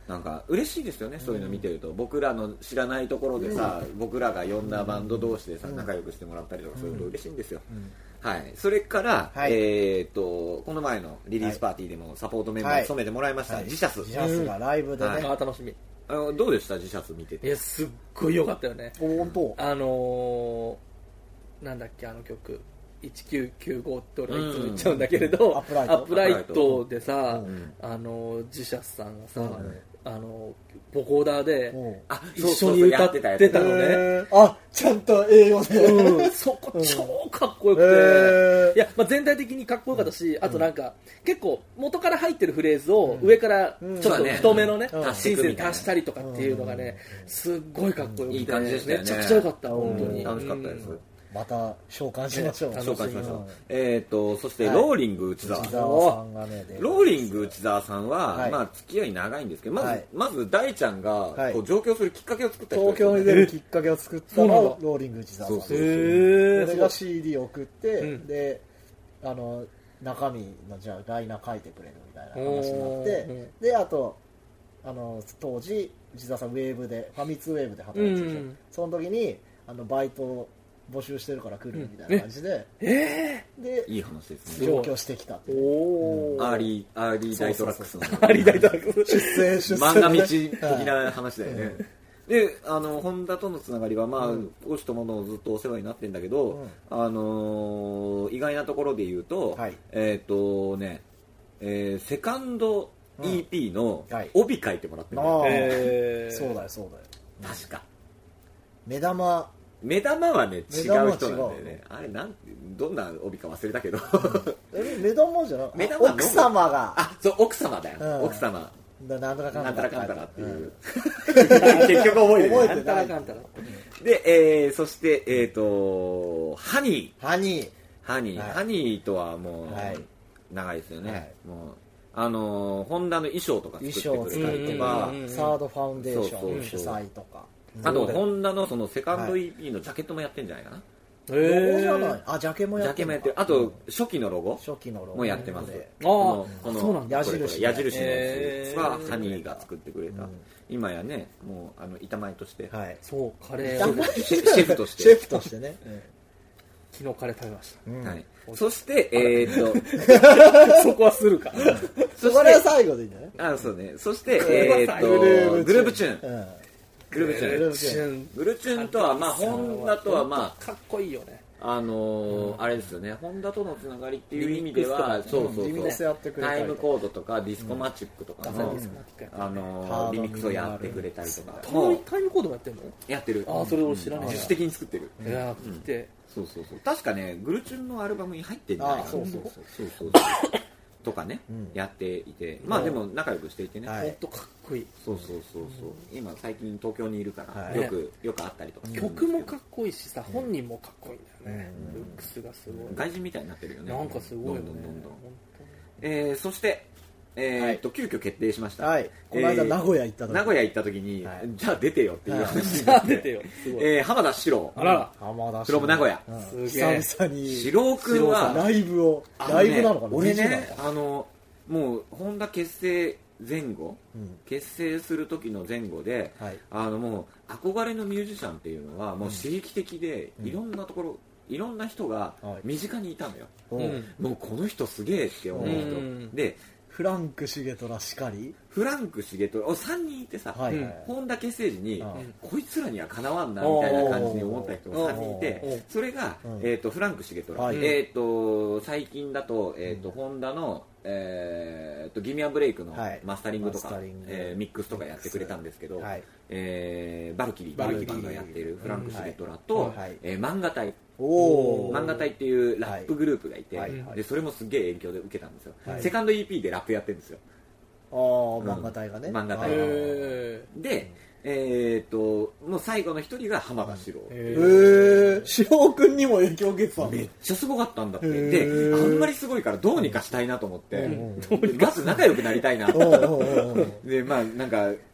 なんか嬉しいですよね、そういうの見てると、うん、僕らの知らないところでさ、うん、僕らが呼んだバンド同士でさ、うん、仲良くしてもらったりとかすると嬉しいんですよ、うんはい、それから、はい、えー、っとこの前のリリースパーティーでもサポートメンバーを務めてもらいました、はい、ジシャスジシャスがライブでね、 はい、あ楽しみ。 あのどうでしたジシャス見てて。 いやすっごい良かったよね。 本当。 あのー、なんだっけあの曲いちきゅうきゅうごって俺はいつも言っちゃうんだけれど、うん、アップライト、アップライトでさ、うん、あのジシャスさんがさ、うん、あのボコーダーで一緒に歌ってたのね。 あ、ちゃんと英語で、 うん、そこ超かっこよくて、いや、まあ、全体的にかっこよかったし、あとなんか結構元から入ってるフレーズを上からちょっと太めのねシンセに足したりとかっていうのがねすっごいかっこよくて、 いい感じでしたよね。 めちゃくちゃよかった本当に。 楽しかったです。 また召喚しましょう。 召喚しましょう。えっとそしてローリング内澤さんローリング内澤さんはまあ付き合い長いんですけど、まずまず大ちゃんがこう上京するきっかけを作った人。 東京に出るきっかけを作ったのがローリング内澤さん。俺が シーディー を送ってであの中身のじゃあライナー書いてくれるみたいな話になって、であとあの当時内澤さんウェーブでファミツウェーブで働いてて、その時にあのバイト募集してるから来るみたいな感じで、 うん、えー、でいい話ですね。 上京してきたって。 おー、アーリーアーリー大トラックスのアーリー大トラックス出世出世、 漫画道的な話だよね、はい、であのホンダとのつながりはまあ少しとものずっとお世話になってるんだけど、うん、あのー、意外なところで言うと、はい、えっ、ー、とね、えー、セカンド イーピー の帯書いてもらってるんだよ、 えー、そうだよそうだよ、 確か目玉目玉はね違う人なんだよね。あれなんどんな帯か忘れたけど、 うん、目玉じゃなくて奥様があそう奥様だよ、うん、奥様なんとかかんたらかんたらっていう、うん、結局覚えてないなんたらかんたらで、えー、そしてえっ、ー、とハニーハニーハニー、はい、ハニーとはもう、はい、長いですよね、はい、もうあのホンダの衣装とか作ってくれたりとか、 サードファウンデーション主催とか、 あとホンダのそのセカンド イーピー のジャケットもやってんじゃないかな。 へえ。ロゴじゃない。あ、ジャケもやってる。 ジャケもやってる。あと初期のロゴ初期のロゴもやってます。ああ、この矢印矢印のやつはハニーが作ってくれた。今やね、もうあの板前として、 はい、 そうカレーシェフとしてシェフとしてね。 昨日カレー食べました。 はい。そしてえっとそこはするか。 そこは最後でいいんじゃない？ あ、そうね。そしてえっとグルーブチューン。グルーブチューン。グルーブチューン。グルーブチューンとはまあホンダとはまあかっこいいよね。 あのー、あれですよね、ホンダとのつながりっていう意味では、そうそうそう、タイムコードとかディスコマチックとかの、あのー、リミックスをやってくれたりとか。 タイムコードもやってるの？ やってる。 あ、それを知らない。 自主的に作ってる。 いや、見て。 そうそうそう。確かね、グルチュンのアルバムに入ってるんじゃないかな。 そうそうそうそうとかね、やっていて、まあでも仲良くしていてね。 本当かっこいい。 そうそうそうそう。今最近東京にいるからよくよく会ったりとか。 曲もかっこいいしさ、本人もかっこいいんだよね。ルックスがすごい。 外人みたいになってるよね。 なんかすごいよね。 どんどんどんどん。えそしてえっと急遽決定しました。 はい。この間名古屋行った時。 名古屋行った時にじゃあ出てよっていう話。 じゃあ出てよ。 え浜田史郎。 あら。 浜田史郎。名古屋。 久々に。 史郎くんはライブをライブなのかな。 俺ねあの。もうホンダ結成前後、うん、結成する時の前後で、はい、あのもう憧れのミュージシャンっていうのはもう刺激的で、うん、いろんなところいろんな人が身近にいたのよ、はい、もうこの人すげえって思う人、うん、でフランク重虎しかりフランク重虎さんにんいてさ、はいはい、ホンダ結成時にこいつらにはかなわんなみたいな感じに思った人がさんにんいてそれが、えー、とフランク重虎、はいえー、と最近だと,、えー、とホンダのえー、とギミアブレイクのマスタリングとか、はいえー、ミックスとかやってくれたんですけど、はいえー、バルキリーバルキリーがやっているフランク重虎と、はいえー、漫画隊漫画隊っていうラップグループがいて、はいでそれもすげえ影響で受けたんですよ、はい、セカンド イーピー でラップやってるんですよあ、うん、漫画隊がね漫画隊がでえー、ともう最後の一人が浜田史郎へえ史郎くんにも影響を受けてためっちゃすごかったんだってであんまりすごいからどうにかしたいなと思ってまず仲良くなりたいなでまあなんか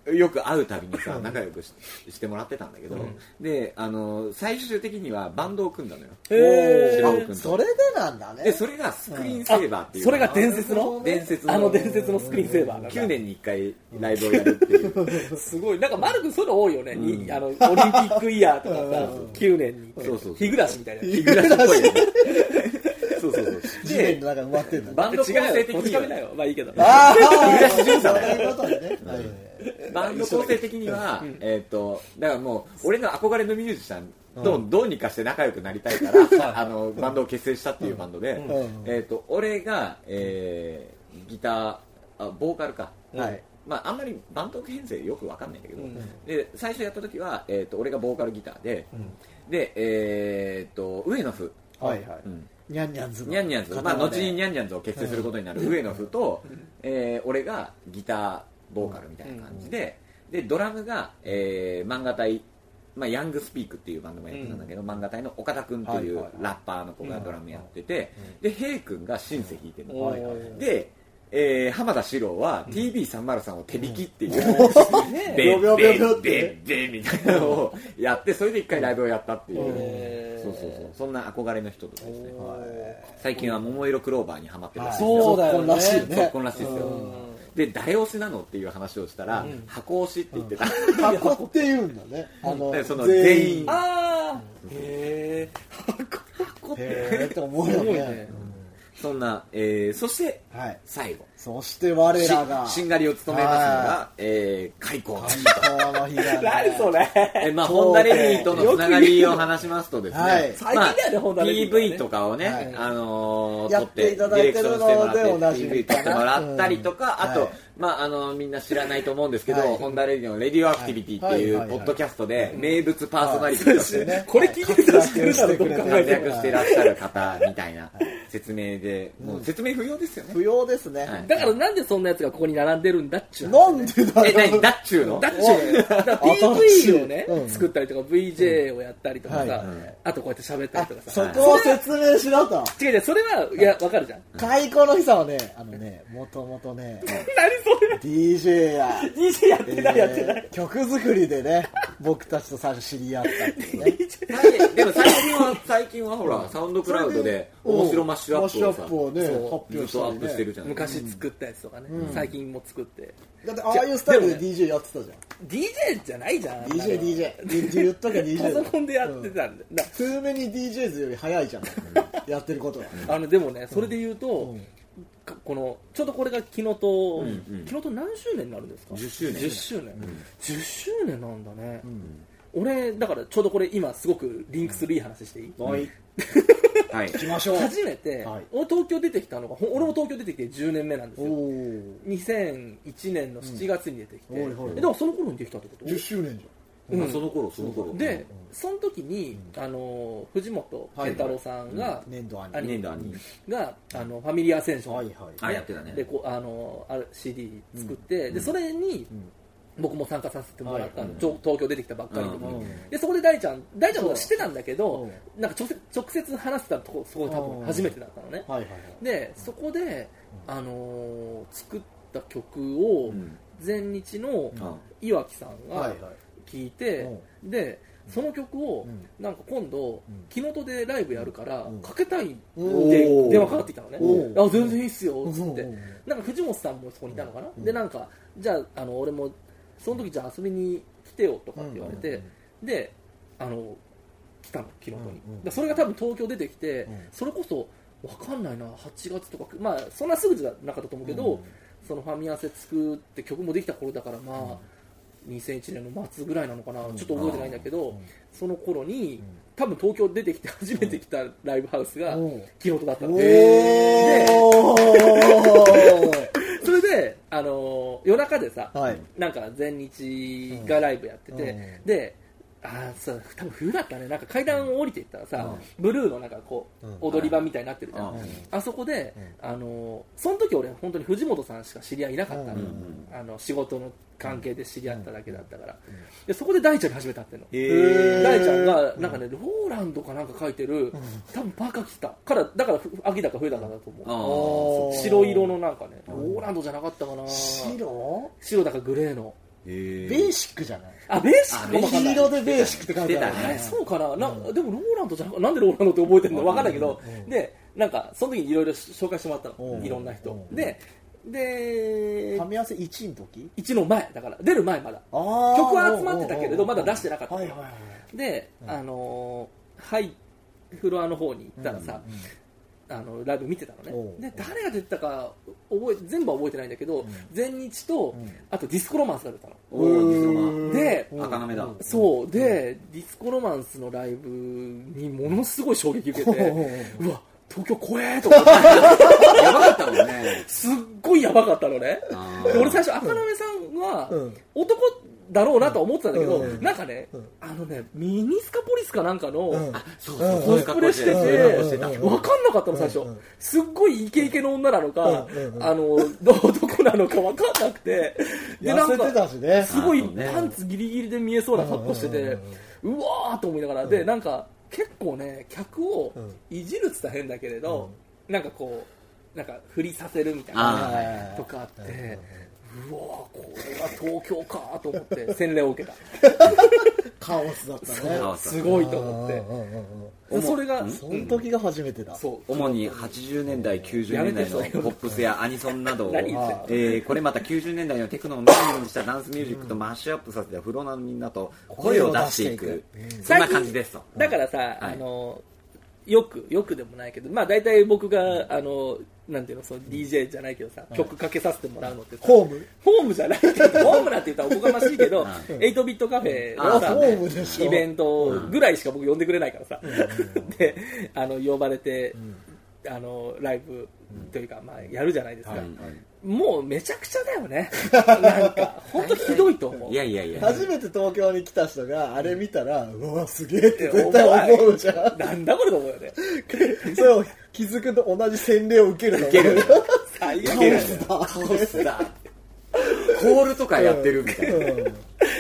よく会うたびにさ仲良く し, してもらってたんだけど、うん、であの最終的にはバンドを組んだのよ。 へー、それでなんだね。 でそれがスクリーンセーバーっていう、 うん、それが伝説の伝説のあの伝説のスクリーンセーバーがきゅうねんにいっかいライブをやるっていうすごいなんかマル君そういうの多いよね、うん、あのオリンピックイヤーとかさきゅうねんにそうそう日暮らしみたいな日暮らしっぽいよねそうそうそう地面の中埋まってんだ、ね、 バンド構成的にはまあいいけどあ日暮らし巡査だよバンド構成的には、うん、えっ、ー、とだからもう俺の憧れのミュージシャンとどうにかして仲良くなりたいから、うん、あのバンドを結成したっていうバンドで、うん、えっ、ー、と俺が、えー、ギターあボーカルか、はい、まああんまりバンド編成よくわかんないんだけど、うん、で最初やった時は、えー、と俺がボーカルギターで、うん、でえっ、ー、と上野風はいはい、うんニャンニャンズニャンニャンズ、まあ、後にニャンニャンズを結成することになる上野風と、えー、俺がギターボーカルみたいな感じで、でドラムが、えー、漫画隊、まあ、ヤングスピークっていうバンドもやってたんだけど、漫画隊の岡田君っていうラッパーの子がドラムやってて、でヘイ君がシンセ弾いてるの、でえー、浜田史郎は ティービーさんまるさん を手弾きっていう、うん、ベッベッベッベッみたいなのをやってそれで一回ライブをやったっていう、そうそうそうそんな憧れの人とですね、最近は桃色クローバーにハマってるらしいですよ。 そうだよね、 らしいね、 結婚らしいですよ。で誰推しなのっていう話をしたら、うん、箱推しって言ってた、 うん、箱って言うんだね、あのその全員あーへー箱ってへーって思うよね。 そんな、えー、そして、 はい、 最後そして我らがしんがりを務めますのが、えー、開口の日が、ね、 何それ、 えーまあ、ホンダレディとのつながりを話しますとですね、はい、 最近だよね、ホンダレディ、 ピーブイ とかをね、はい、あのー、 やっていただいてるのでおなじみピーブイ 撮ってもらったりとか、うん、あと、 はい、 まあ、あのみんな知らないと思うんですけど、はい、ホンダレディのレディオアクティビティっていうポッドキャストで名物パーソナリティとしてね、 これ聞いてらっしゃるならどう考えて活躍してらっしゃる方みたいな説明で、もう説明不要ですよね。 不要ですね。 はい、だからなんでそんなやつがここに並んでるんだっちゅう、 ね。なんでだえ、何だっちゅうのだっちゅう。ピーブイ をね、うん、作ったりとか ブイジェー をやったりとかさ、うんはいはい、あとこうやって喋ったりとかさ。 そこを説明しろと。 違う違う、それは、いや、わかるじゃん。 開口の日さんはね、あのね、もともとね、 何それディージェー や、 ディージェー やってない、えー、やってない。 曲作りでね、僕たちと最初知り合ったっていうね。 でも最近は、最近はほら、サウンドクラウドで面白マッシュアップをさ、 をね、発表したりね、してるじゃん。 昔作ったやつとかね、うん、最近も作って。 だってああいうスタイルで ディージェー やってたじゃん。 ディージェー じゃないじゃん。 ディージェー、ディージェー。言っときゃ ディージェー。 パソコンでやってたんだ。 トゥーメニー ディージェーズより早いじゃん。やってることは。 あの、でもね、それで言うと、うん、このちょうどこれが木のと、うんうん、木のと何周年になるんですか。 じゅっしゅうねん。 じゅっしゅうねん、うん、じゅっしゅうねんなんだね、うん、俺だからちょうどこれ今すごくリンクするいい話していい、 うん、はいはい、 行きましょう。 初めて、はい、俺東京出てきたのが、俺も東京出てきてじゅうねんめなんですよ。にせんいちねんのしちがつに出てきて、うん、でもその頃にできたってこと。 じゅっしゅうねんじゃん。 うん、その頃その頃で、うん、その時に、うん、あの藤本健太郎さんが、はい、 年度兄があのファミリアセンション、 はいはい、やってたね。 でこあの シーディー 作って、うん、でそれに、うん、僕も参加させてもらったの、はい、東京出てきたばっかりの時に、うん、でそこで大ちゃん大ちゃんのこと知ってたんだけど、なんか直接直接話してたとこそこ多分初めてだったのね。はいはいはい、でそこで、あのー、作った曲を前日の岩木さんが、はいはい、聞いて、うん、でその曲を、うん、なんか今度、うん、木の戸でライブやるから、うん、かけたいって電話かかってきたのね。あ、全然いいっすよっつって、なんか藤本さんもそこにいたのかな、うん、でなんかじゃあ、あの俺もその時じゃあ遊びに来てよとかって言われて、うん、であの来たの木の戸に、うん、それが多分東京出てきて、うん、それこそ分かんないなはちがつとか、まあそんなすぐじゃなかったと思うけど、うん、そのファミアセ作って曲もできた頃だから、まあ、うんにせんいちねんの末ぐらいなのかな、うん、ちょっと覚えてないんだけど、うん、その頃に、うん、多分東京出てきて初めて来たライブハウスが木の戸だったので、それで、あのー、夜中でさ、はい、なんか前日がライブやってて、うん、であそう多分冬だったね。なんか階段を降りていったらさ、うん、ブルーのなんかこう、うん、踊り場みたいになってるじゃん、うん、あそこで、うん、あのその時俺本当に藤本さんしか知り合いいなかったの、うん、あの仕事の関係で知り合っただけだったから、うん、でそこで大ちゃんに初めて会ってんの、えー、大ちゃんがなんかね、ローランドかなんか書いてる、多分パーカー着たからだから秋だか冬だかだと思う。白色のなんかね、ローランドじゃなかったかな、 白白だかグレーのベーシックじゃない？ あ、ベーシックも黄色でベーシックって書いてある、 ね、そうかな、な、うん、でもローランドじゃなくて、なんでローランドって覚えてるの分かんないけど、うん、でなんかその時にいろいろ紹介してもらったの、うん、いろんな人、うん、ででファミ合わせいちの時いちの前だから出る前まだ曲は集まってたけれどまだ出してなかった、はいはいはい、で、うん、あのはいフロアの方に行ったらさ、うんうん、あのライブ見てたのね。で誰が出てたか覚え全部は覚えてないんだけど、うん、全日と、うん、あとディスコロマンスが出たの。 おー、ディスコロマンで赤なめだ。 そうで、ディスコロマンスのライブにものすごい衝撃受けてうわ東京怖えと思ってやばかったもんね。 すっごいやばかったのね。で俺最初赤なめさんは、うん、男だろうなとは思ってたんだけど、うん、なんかね、うん、あのねミニスカポリスかなんかの、うん、コスプレしてて分かんなかったの最初、うん、すっごいイケイケの女なのか、うん、あの男なのか分かんなくてでなんかすごいパンツギリギリで見えそうな格好してて、うわーと思いながらでなんか結構ね客をいじるって言ったら変だけれど、なんかこうなんか振りさせるみたいなとかあって、うわこれが東京かと思って洗礼を受けたカオスだったね。 すごいと思ってそれがその時が初めてだ。 そう主にはちじゅうねんだいきゅうじゅうねんだいのポップスやアニソンなどを、えー、これまたきゅうじゅうねんだいのテクノをメインにしたダンスミュージックとマッシュアップさせてフロアのみんなと声を出していく、そんな感じですと。 だからさ、はい、あのよくよくでもないけど、まあ大体僕があのなんていうのその ディージェー じゃないけどさ、はい、曲かけさせてもらうのってさホームホームじゃないけどホームなんて言ったらおこがましいけどエイトビットカフェのさ、ね、イベントぐらいしか僕呼んでくれないからさ、うん、であの呼ばれて、うん、あのライブというか、まあ、やるじゃないですか、はいはい、もうめちゃくちゃだよねなんか本当ひどいと思う。 いやいやいや初めて東京に来た人があれ見たら、うん、うわすげえって絶対思うじゃん。 なんだこれと思うよねそれを気づくと同じ洗礼を受けるの受ける最悪だカオスだコールとかやってるみたいな、うん、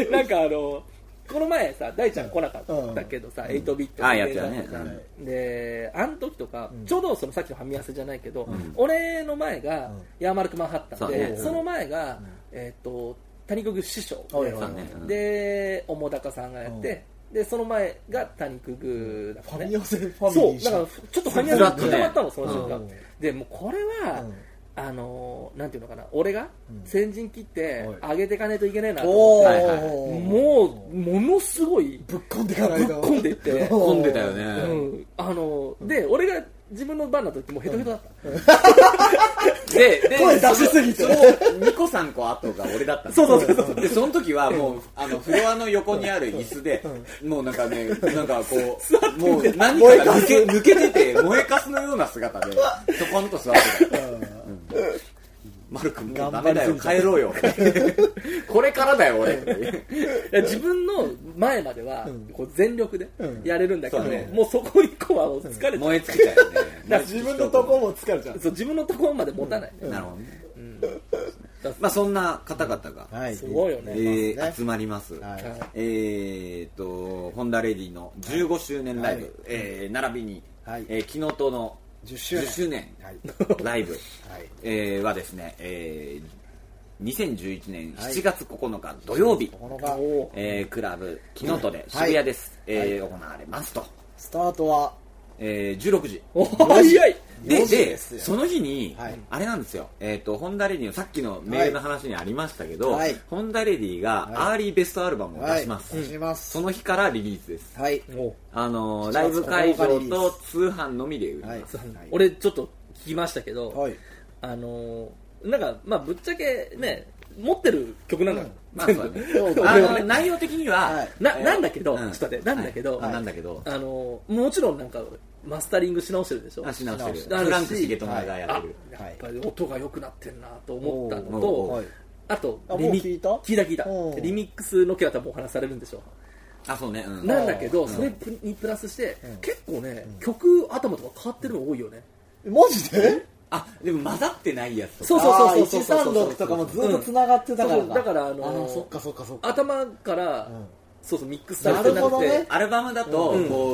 なんかあのこの前さ大ちゃん来なかったけどさ、うん、エイトビットあやってたね、 うん、であの時とか、うん、ちょうどそのさっきのはみ合わせじゃないけど、うん、俺の前がヤーマルクマンハッタンで、うん、その前が、うん、えっ、ー、と谷久師匠で、うん、で澤高さんがやって、うん、でその前が谷久だったね。 ファミ合わせファミリーそうだからちょっとファミ合わせ固まったのその瞬間、うん、でもうこれは、うんあのー、なんていうのかな俺が先陣切って上げていかないといけないなと思って、うん、もうものすごいぶっ込んでいかないとぶっ込んでいってぶっ込んでたよね、 うん、あのー、で俺が自分の番の時もヘトヘトだった、うん、 でで声出しすぎてにこさんこ後が俺だったそうそうそうそうでその時はもうあのフロアの横にある椅子でもうなんかねなんかこうもう何かが抜け抜けてて燃えかすのような姿でそこんと座ってた、うんマル君もうダメだよ帰ろうよこれからだよ俺いや自分の前まではこう全力でやれるんだけど、うんね、もうそこにこうは疲れて、うん、 燃え尽きちゃうよねだ自分のとこも疲れちゃうそう自分のところまで持たない、ねうん、なるほどね、うんまあ、そんな方々が、 はい、すごいよね、 えー、集まります、はい、えー、とホンダレディのじゅうごしゅうねんライブ、はいえー、並びに、はいえー、キノトのじゅっしゅうねんライブ、はいえー、はですね、えー、にせんじゅういちねんしちがつここのか土曜日、はいえー、クラブキノトで渋谷です、はいえーはい、行われますと。 スタートは、 えー、じゅうろくじお早いででその日に、はい、あれなんですよ、えーと、ホンダレディのさっきのメールの話にありましたけど、はい、ホンダレディがアーリーベストアルバムを出します、 はいはい、 その日からリリースです、 はい、 あのライブ会場と通販のみで売ります、はい、 俺ちょっと聞きましたけど、はい、あのなんかまあぶっちゃけね持ってる曲なのよ、うんまあそうね、 あの内容的には、はい、 な, なんだけど、うん、ちょっと待ってなんだけど、 はい、なんだけどあのもちろんなんかマスタリングし直してるでしょ。 し直してる。フランク重友がやってる。 やっぱり音が良くなってるなと思ったのと、はい、あとリミ聞いた聞いた聞いたリミックスの件は多分お話されるんでしょう。 あそうね、うん、 なんだけどそれにプラスして、うん、結構ね、うん、曲頭とか変わってるの多いよね。 マジで？ あでも混ざってないやつとかそうそうそうそういちさんろくとかもずっとつながってたから、うん、 だからあのー、そっかそっかそっか頭から、うん、そうそうミックスされてなくて、 ね、アルバムだと、うん、こう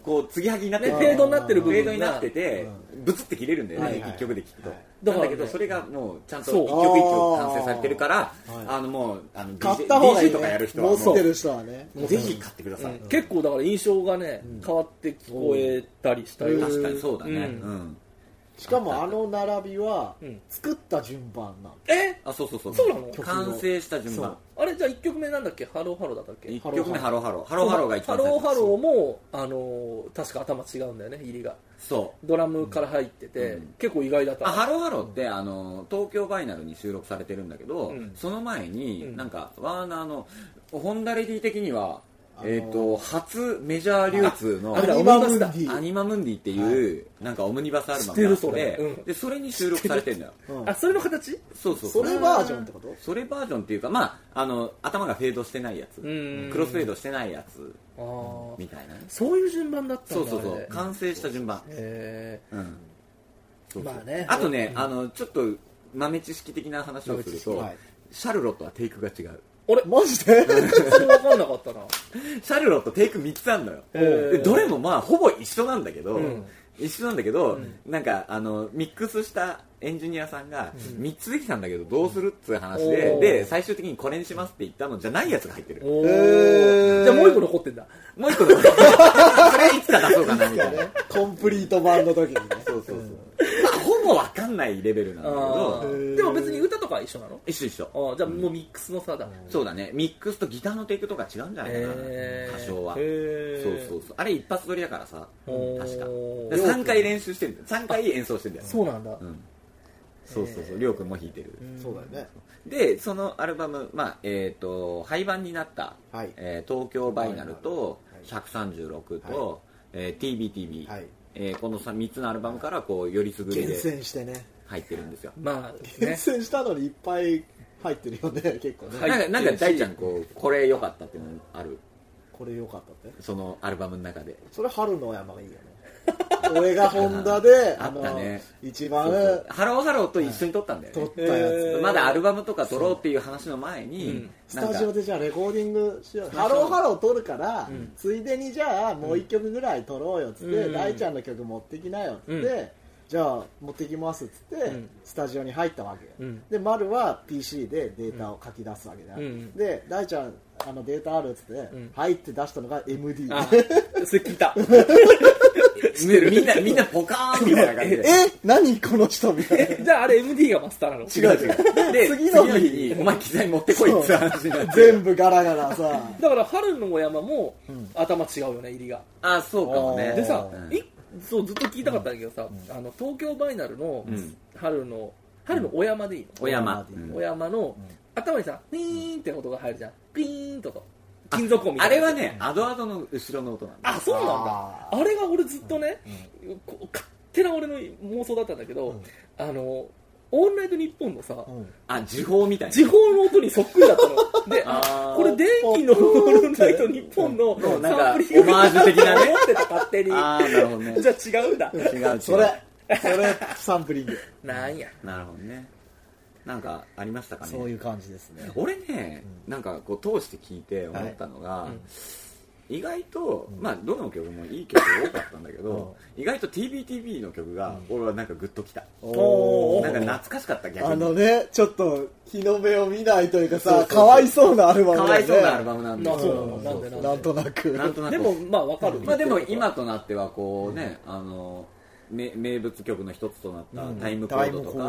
こう継ぎはぎになってて、 フェードになってる部分フェードになっててブツって切れるんだよね、いっきょくで聴くと。 だからだけどそれがもうちゃんと一曲一曲完成されてるから、あのもうあの買った方がいいディージェー とかやる人は持ってる人はねぜひ買ってください。 結構だから印象がね変わって聞こえたりしたり。 確かにそうだね。 しかもあの並びは作った順番なの。 えあ、そうそうそう。 そうなの？ 完成した順番。 あれじゃあいっきょくめなんだっけ？ハローハローだったっけ？ いっきょくめハローハロー。ハローハローが一番最初。ハローハローもあの確か頭違うんだよね、入りが。 そう。 ドラムから入ってて結構意外だった。 あ、ハローハローってあの東京バイナルに収録されてるんだけど、その前になんかワーナーのホンダレディ的にはえー、と初メジャー流通のアニマムンディアニマムンディっていう、はい、なんかオムニバスアルバムがあってそれ、うん、でそれに収録されてるんだよ、 うん、あそれの形？ そうそうそれバージョンってこと？ それバージョンっていうか、まあ、あの頭がフェードしてないやつ、クロスフェードしてないやつみたいなね。 そういう順番だったんだ。 そうそうそう完成した順番。 へえ、 うん、そうそうまあね。 あとね、うん、あのちょっと豆知識的な話をすると、はい、シャルロットはテイクが違う。 あれマジでそれ分かんなかったな。 シャルロットテイクみっつあるのよ。でどれもまあほぼ一緒なんだけど、うん、一緒なんだけど、うん、なんかあのミックスしたエンジニアさんがみっつできたんだけどどうするっつう話で、うん、で最終的にこれにしますって言ったのじゃないやつが入ってる。 じゃあもう一個残ってんだ。 もう一個残ってる。それいつか出そうかなみたいな。 コンプリート版の時にね。 そうそうそう。まあほぼ分かんないレベルなんだけど、 でも別に歌とか一緒なの？ 一緒一緒。 あじゃあもうミックスの差だ。 そうだね。ミックスとギターのテイクとか違うんじゃないかな。多少は。そうそうそう。あれ一発撮りだからさ。確か。さんかい練習してるんだよ。さんかい演奏してるんだよ。 そうなんだ。 そうそうそう。りょうくんも弾いてる。 そうだよね。 でそのアルバム、まあえっと廃盤になった東京バイナルとひゃくさんじゅうろくと ティービーティービー。えー、このみっつのアルバムからこうよりすぐりで厳選してね入ってるんですよ。 まあ厳選したのにいっぱい入ってるよね結構ね。 なんかなんか大ちゃんこうこれ良かったっていうのある？ これ良かったってそのアルバムの中で。 それ春の山がいいよね。俺がホンダであったね。 一番ハローハローと一緒に撮ったんだよね。 撮ったやつ。 まだアルバムとか撮ろうっていう話の前にスタジオでじゃあレコーディングしよう。ハローハロー撮るからついでにじゃあもう一曲ぐらい撮ろうよっつって大ちゃんの曲持ってきなよっつってじゃあ持ってきますっつってスタジオに入ったわけよ。で丸は ピーシー でデータを書き出すわけだ。で大ちゃんあのデータあるっつって入って出したのが エムディー。 それ聞いた。 みんなみんなポカーンみたいな感じでえ何この人みたいな。 じゃああれ エムディー がマスターなの？ 違う違う。で次の日にお前機材持ってこいって話になって全部ガラガラさ。 だから春の山も頭違うよね入りが。 あそうかもね。 でさそうずっと聞いたかったんだけどさあの東京バイナルの春の春のお山でいいの？ お山お山の頭にさピーンって音が入るじゃん。ピーンとと金属音みたいな。 あれはねアドアドの後ろの音なんだ。 あそうなんだ。あれが俺ずっとね、うん、勝手な俺の妄想だったんだけど、うん、あのオールナイトニッポンのさ、うん、 あ時報みたいな時報の音にそっくりだったのであこれ電気のオールナイトニッポンのサンプリングオマージュ的なね思ってた勝手に。 あなるほどね。 じゃあ違うんだ。 違う違う。 それそれサンプリングなんや。 なるほどね。なんかありましたかね。 そういう感じですね。 俺ね、うん、なんかこう通して聞いて思ったのが、はい、意外と、うん、まあどの曲もいい曲多かったんだけど、うん、意外と ティービーティービー の曲が俺はなんかグッときた。おなんか懐かしかった逆に。 あのねちょっと日の目を見ないというかさかわいそうなアルバムだね。 かわいそうなアルバムなんだ。 そうなんでなんでなんとなくなんとなく。 でもまあわかる。 まあでも今となってはこうね、うん、あの名物曲の一つとなったタイムコードとか、うん、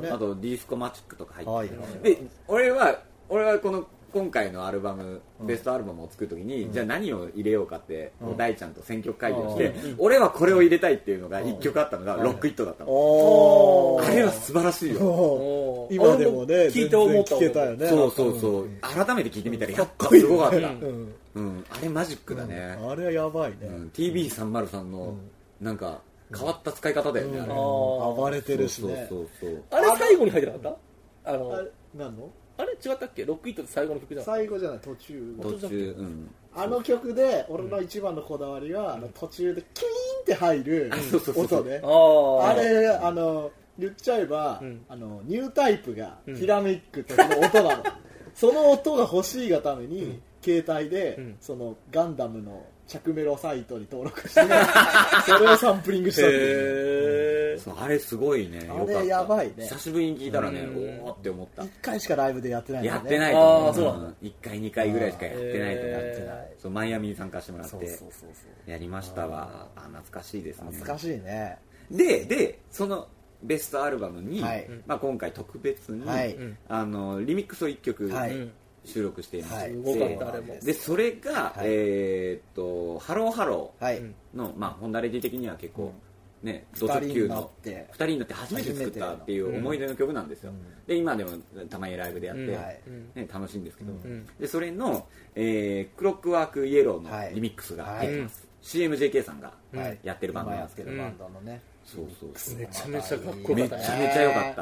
あとディースコマチックとか入ってる、はい、で俺は俺はこの今回のアルバム、うん、ベストアルバムを作るときに、うん、じゃあ何を入れようかって、うん、大ちゃんと選曲会議をして、うん、俺はこれを入れたいっていうのが一曲あったのが、うん、ロックイットだったの、うん、あれは素晴らしいよ。 今でもね聞いて思った聞けたよね。 そうそうそう、うん、改めて聞いてみたらやっぱすごかった、うんうん、あれマジックだね、 うん、あれはやばいね、 うん、ティービーさんまるさんのなんか変わった使い方だよね、うん、あれ暴れてるしね。 そうそうそうそう。 あれ最後に入ってなかった？あのあれ何の？ あれ違ったっけ？ロックイットって最後の曲じゃん。 最後じゃない途中。 途中、うん。 あの曲で俺の一番のこだわりは、うん、あの途中でキュイーンって入る音ね。あれあの言っちゃえば、うん、あのニュータイプがピラミックってその音なの。その音が欲しいがために、うん、携帯で、うん、そのガンダムの着メロサイトに登録してそれをサンプリングしたっていう、 そうあれすごいね。 あれやばいね。 久しぶりに聞いたらね、おおって思った。 いっかいしかライブでやってないんだね。やってないと思う。 あそうなんだ。 いっかいにかいぐらいしかやってないと思う。そうマイアミに参加してもらってそうそうそうそうやりましたわ。あ懐かしいですね。 懐かしいね。 ででそのベストアルバムに、 はい、 まあ今回特別に、はい、あのリミックスをいっきょく、はい、収録していまして、はい、でそれが、はい、えー、っとハローハローの、はい、まあホンダレディ的には結構、うん、ねド直球のふたりになって初めて作ったっていう思い出の曲なんですよ、うん、で今でもたまにライブでやって、うんね、楽しいんですけど、うん、でそれの、えー、クロックワークイエローのリミックスが入ってます、はい、シーエムジェーケー さんがやってるバンドなんですけど、 バンドのね、 そうそうそうめちゃめちゃかっこよかった、 めちゃめちゃ良かった、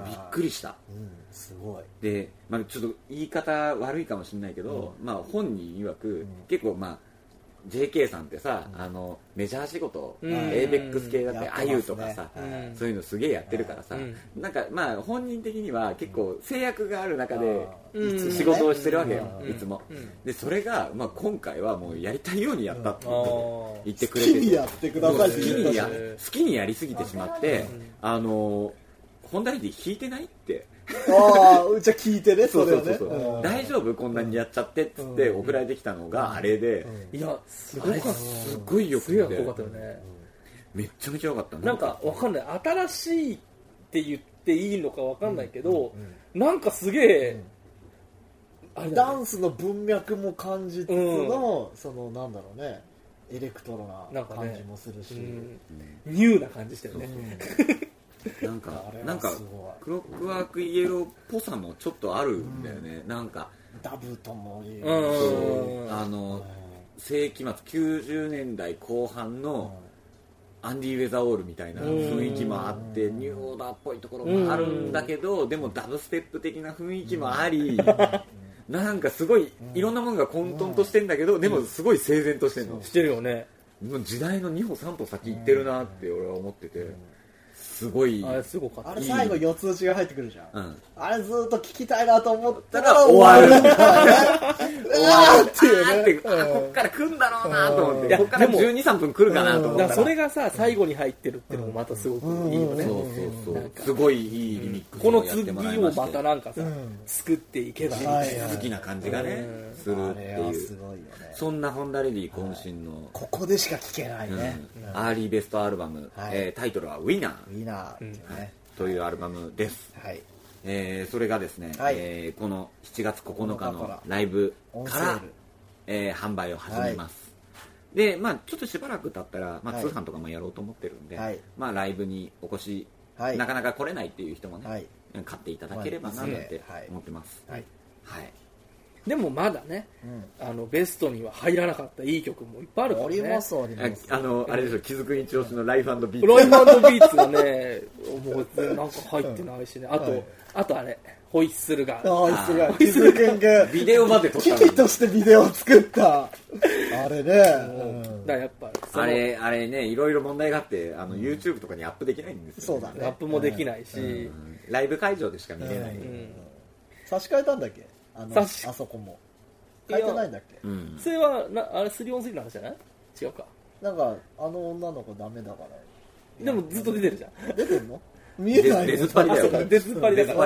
びっくりした、 うん、すごいで、 まあ、ちょっと言い方悪いかもしれないけど、うん、まあ、本人曰く、うん、結構まあ ジェーケー さんってさ、うん、あのメジャー仕事、うん、エーベックス系だってあゆとかさ、うん、そういうのすげえやってるからさ、うん、なんかまあ本人的には結構制約がある中で仕事をしてるわけよ、うん、いつも、うん、でそれが、まあ、今回はもうやりたいようにやったって言ってくれてて、 好きにやってくださいって言ってたし、好きにやりすぎてしまって、あのホンダレディ弾いてないってああ、じゃあ聞いてね、それをね。 大丈夫こんなにやっちゃってっつって送られてきたのがあれで、 いや、すごいすごいよくて、めっちゃめちゃ良かった。 なんかわかんない、新しいって言っていいのかわかんないけど、なんかすげえ、 ダンスの文脈も感じつつの、そのなんだろうね、エレクトロな感じもするし、 ニューな感じしてるね。 なんかなんかクロックワークイエローっぽさもちょっとあるんだよね、うん、なんかダブともいい、 うん、あの世紀末きゅうじゅうねんだいこう半のアンディ・ウェザーオールみたいな雰囲気もあって、ニューオーダーっぽいところもあるんだけど、でもダブステップ的な雰囲気もあり、なんかすごいいろんなものが混沌としてんだけど、でもすごい整然としてるの、 してるよね。 時代のに歩さん歩先行ってるなって俺は思ってて、すごいあれすごかった。 あれ最後四つ打ちが入ってくるじゃん、うん、あれずっと聞きたいなと思ったら終わる終わるっていうね、こっから来るんだろうなと思って、こっからじゅうに、さんぷん来るかなと思ったら、 それがさ最後に入ってるっていうのもまたすごくいいよね。 そうそうそう、すごいいいリミックスをやってもらいまして、この次をまたなんかさ、うん、作っていけば好きな感じがね、うん、するっていう、そんなホンダレディ渾身の、 ここでしか聴けないね、 うん、アーリーベストアルバム、はい、えー、タイトルはウィナー、 ウィナー、うん、 ね、というアルバムです、 はい、 えー、それがですね、はい、えー、このしちがつここのかのライブから、えー、販売を始めます、はい、でまあちょっとしばらく経ったら、まあ、通販とかもやろうと思ってるんで、はい、まあライブにお越し、はい、なかなか来れないっていう人もね、はい、買っていただければなって思ってます、はいはい、 でもまだね、うん、あのベストには入らなかったいい曲もいっぱいあるからね。 ありますあります。 あのあれでしょ、木津君一押しのライフ&ビーツ。 ライフ&ビーツがね、もうなんか入ってないしね。あと、はい、あとあれホイッスルが。 ホイッスルが。ホイッスル君がビデオまで撮ったの。 機器としてビデオを作った。あれね。 うん、だやっぱあれあれね、いろいろ問題があってあの、うん、YouTube とかにアップできないんですよ、 ね。そうだね。 アップもできないし、うんうん、ライブ会場でしか見れない。うんうん、 差し替えたんだっけ？あのあそこも。変えてないんだっけ、 うん、それはなあれ スリーオンスリー の話じゃない？違うか。 なんかあの女の子ダメだからでもずっと出てるじゃん。 出てるの？見えない。 出ずっぱりだよ。 出ずっぱりだから、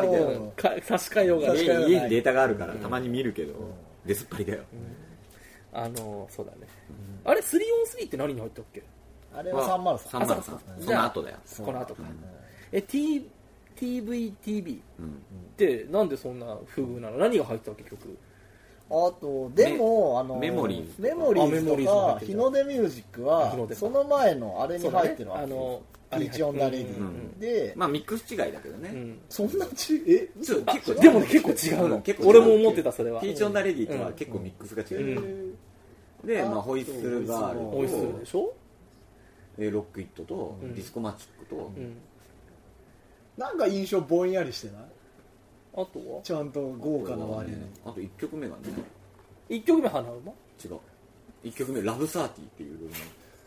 差し替えようが家にデータがあるからたまに見るけど、うん、出ずっぱりだよ、 うん、あのそうだね、うん、あれ スリーオンスリー って何に入ったっけ？ あれはさんまるさん。 さんまるさん、その後だよ。 この後か、うん、え Tティーブイティービー ってなんでそんな不遇なの？何が入ったわけ曲？ あとでもあのメモリーズメモリーズとか日の出ミュージックはその前のあれに入ってるわけ、ね、あのピーチオンダレディで、 まあミックス違いだけどね、うん、 そんなちえ結構でもね結構違うの、結構俺も思ってた。それはピーチオンダレディとは結構ミックスが違う、うん、で、まあ、ホイッスルガールとホイッスルでしょ、 ロックイットとディスコマチックと、うん、 なんか印象ぼんやりしてない？ あとはちゃんと豪華な割に、 あといっきょくめがね、 いっきょくめ花馬？ 違う、いっきょくめラブサーティーっていう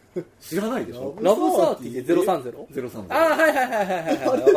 知らないでしょ。 ラブサーティーでゼロさんゼロ？ ゼロさんゼロ。ああ、はいはいはいはいはい。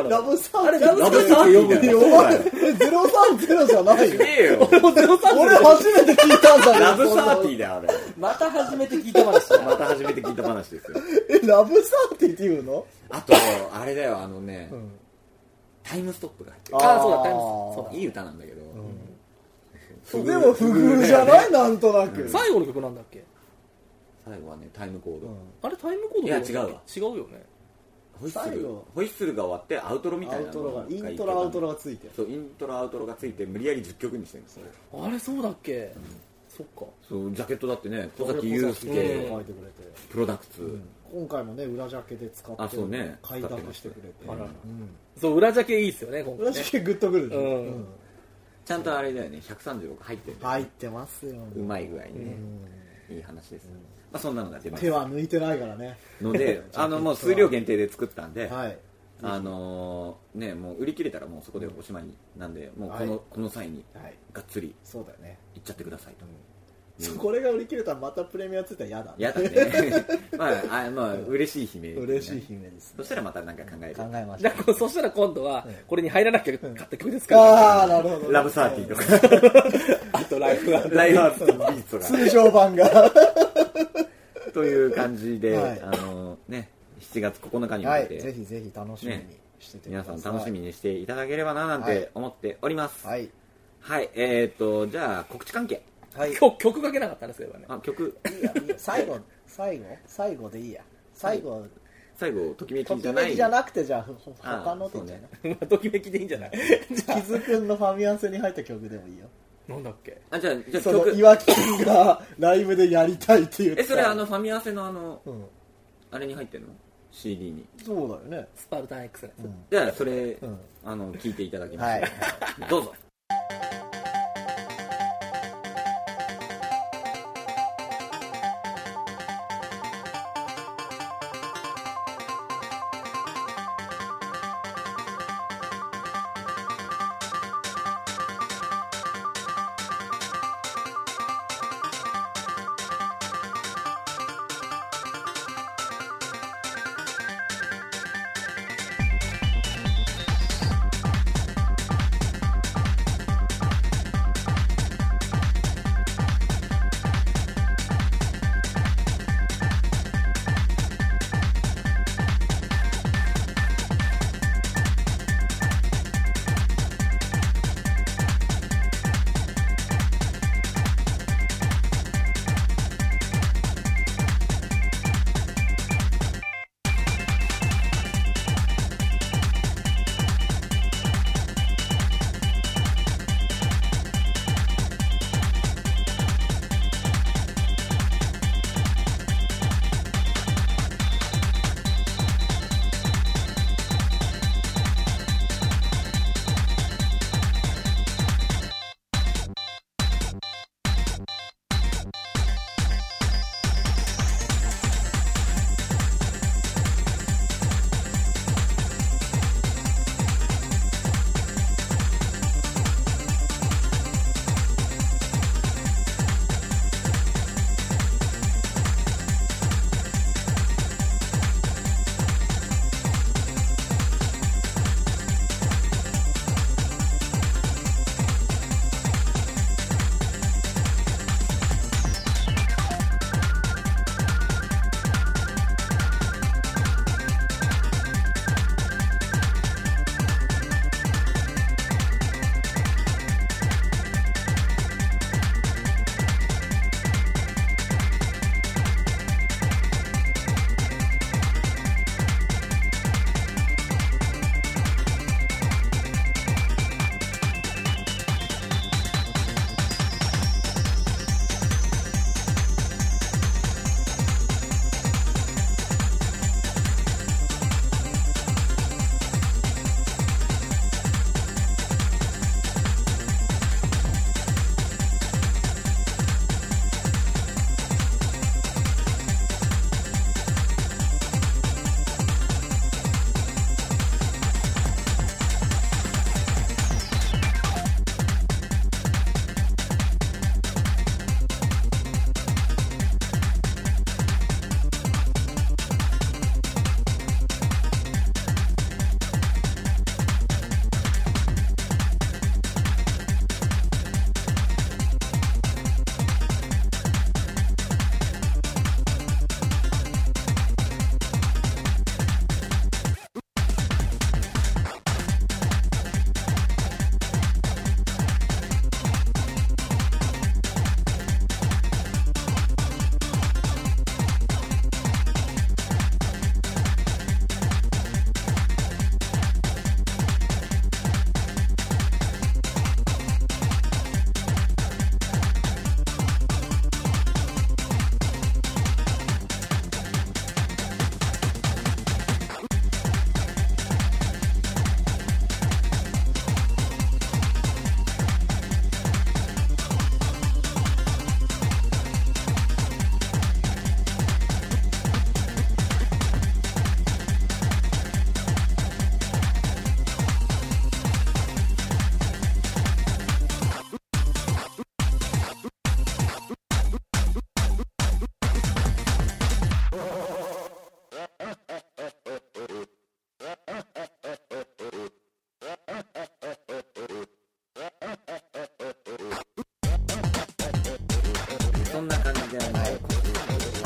ラブサーティー。 あれラブサーティーって呼ぶんだよ。 え、ゼロさんゼロじゃないよ。 すげえよ。 俺もゼロさんゼロ。 俺初めて聞いたんだよ。 ラブサーティーだよ、あれ。 また初めて聞いた話だ。 また初めて聞いた話ですよ。 え、ラブサーティーって言うの？ あと、あれだよ、あのね、 うん、 タイムストップが入ってる。 ああ、そうだ、タイムストップ。そうだ。 いい歌なんだけど。 うん、でも不遇じゃない？なんとなく。 最後の曲なんだっけ？ 最後はね、タイムコード。 うん、あれタイムコード？ いや、違うわ。 違うよね。 ホイッスルホイッスルが終わってアウトロみたいなのがイントロアウトロがついてる。 そう、イントロアウトロがついて無理やりじゅっきょくにしてるんですよ。 あれそうだっけ、うん、そっか。 そうジャケットだってね、小崎祐介プロダクツ、うん、 今回もね裏ジャケで使って、 あ、そうね、 開拓してくれて、あらら、うん、 そう裏ジャケいいですよね今回ね。 裏ジャケグッとくる、 うんうん、ちゃんとあれだよね、ひゃくさんじゅうろく入ってるんだよね。 入ってますよ、 うまい具合にね、うん、いい話です、うん、まあ、そんなのが出ます。 手は抜いてないからねのであのもう数量限定で作ったんで、 はい、 あのー、ね、もう売り切れたらもうそこでおしまいなんで、もうこの、はい、この際にがっつりそうだよねいっちゃってくださいと、 うん、これが売り切れたらまたプレミアついたら嫌だね。 嫌だねまあ、あまあ嬉しい悲鳴、ね、 嬉しい悲鳴です、ね、 そしたらまた何か考える。 考えました。じゃあそしたら今度はこれに入らなきゃ買った曲ですから、 ね、 うん、ああなるほど、 ラブサーティーとかあとライフアップライフアップビーツとか通常版がという感じで、 はい、 あのね、しちがつここのかに向けて、 はい、ぜひぜひ楽しみにしててください、 ね、皆さん楽しみにしていただければななんて思っております。 はい、 はい、えーとじゃあ告知関係、 はい、今日曲かけなかったんですけどね。 あ、曲いいやいいや、最後最後最後でいいや、最後最後ときめきじゃない、 ときめきじゃなくて、じゃあ他のでいいんじゃない？ まあときめきでいいんじゃない？ キズくんのファミアンセに入った曲でもいいよ。 なんだっけ？ あ、じゃあじゃあその岩木君がライブでやりたいって言って、 え、それあのファミアンセのあの、 うん、 あれに入ってるの？ シーディー に。 そうだよね。 スパルタン X のやつ、 うん、じゃあそれ、 うん、 あの聞いていただきましょう、 はい、 どうぞ。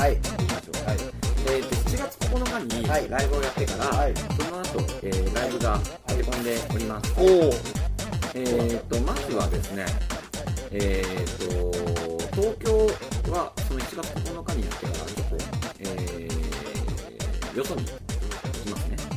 はい行きましょう。はい、えー、としちがつここのかにライブをやってから、はい、その後、えー、ライブが立て込んでおります。おー、えー、とまずはですね、えー、と東京はそのしちがつここのかにやってからちょっと、えー、よそに行きますね。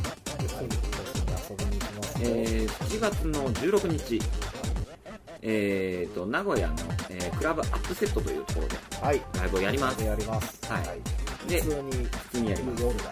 えー、しちがつのじゅうろくにち、えー、と名古屋の、えー、クラブアップセットというところで、はい、ライブをやります。 やります。 はい。で普通に普通にやります。 夜だ。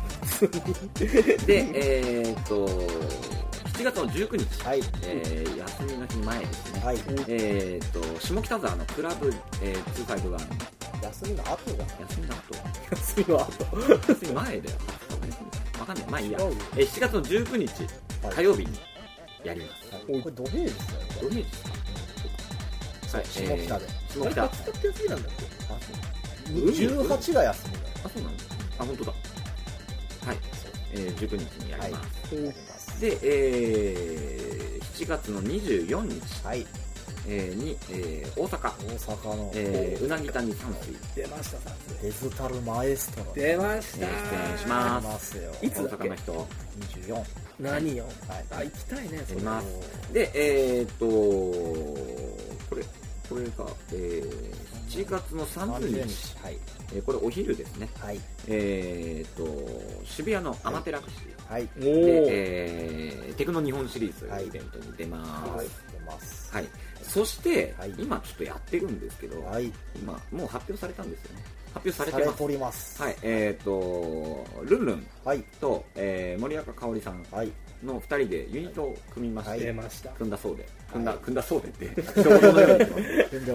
で、えー、としちがつのじゅうくにち、はい、えー、休みの日前ですね。はい、えー、と下北沢のクラブ、えー、にひゃくごじゅういち。 休みの後じゃん。 休みの後。 休みの後。 休み前だよ。わかんない。まあいいや。えー、しちがつのじゅうくにち、はい、火曜日にやります。 はい、これ土平日だよ。 土平日ですか。はい、 下北で。 下北。 あれ、使って休みなんだっけ？ あ、そう。じゅうはちが休みだよ。 あ、そうなんだ。あ、本当だ。はい。えー、じゅうくにちにやります。はい、で、えー、しちがつのにじゅうよっか、はい、えー、に、えー、大阪。 大阪の、 えー、うなぎ谷山水。 出ました、山水。 デジタルマエストロ。 出ました。 えー、出演します。 ますよ。 いつだっけ？ 大阪の人。 にじゅうよん。 何よ。 はい。 あ、行きたいね、 それ。ます。で、えーっと、これ、これが、えー、しちがつのさんじゅうにち、はい、えー、これお昼ですね。はい。えーっと、渋谷のアマテラクシー、はい、で、えー、テクノ日本シリーズというイベントに出ます。はい、 出ます。 はい。そして、はい、今ちょっとやってるんですけど、はい、今もう発表されたんですよね。発表されてます。 されております。 はい。えーっと、ルンルンと、はい、えー、森若香織さん。はい。のふたりでユニットを組みまして、はい、組んだそうで、組んだ、はい、組んだそうでって、人事のように言ってます。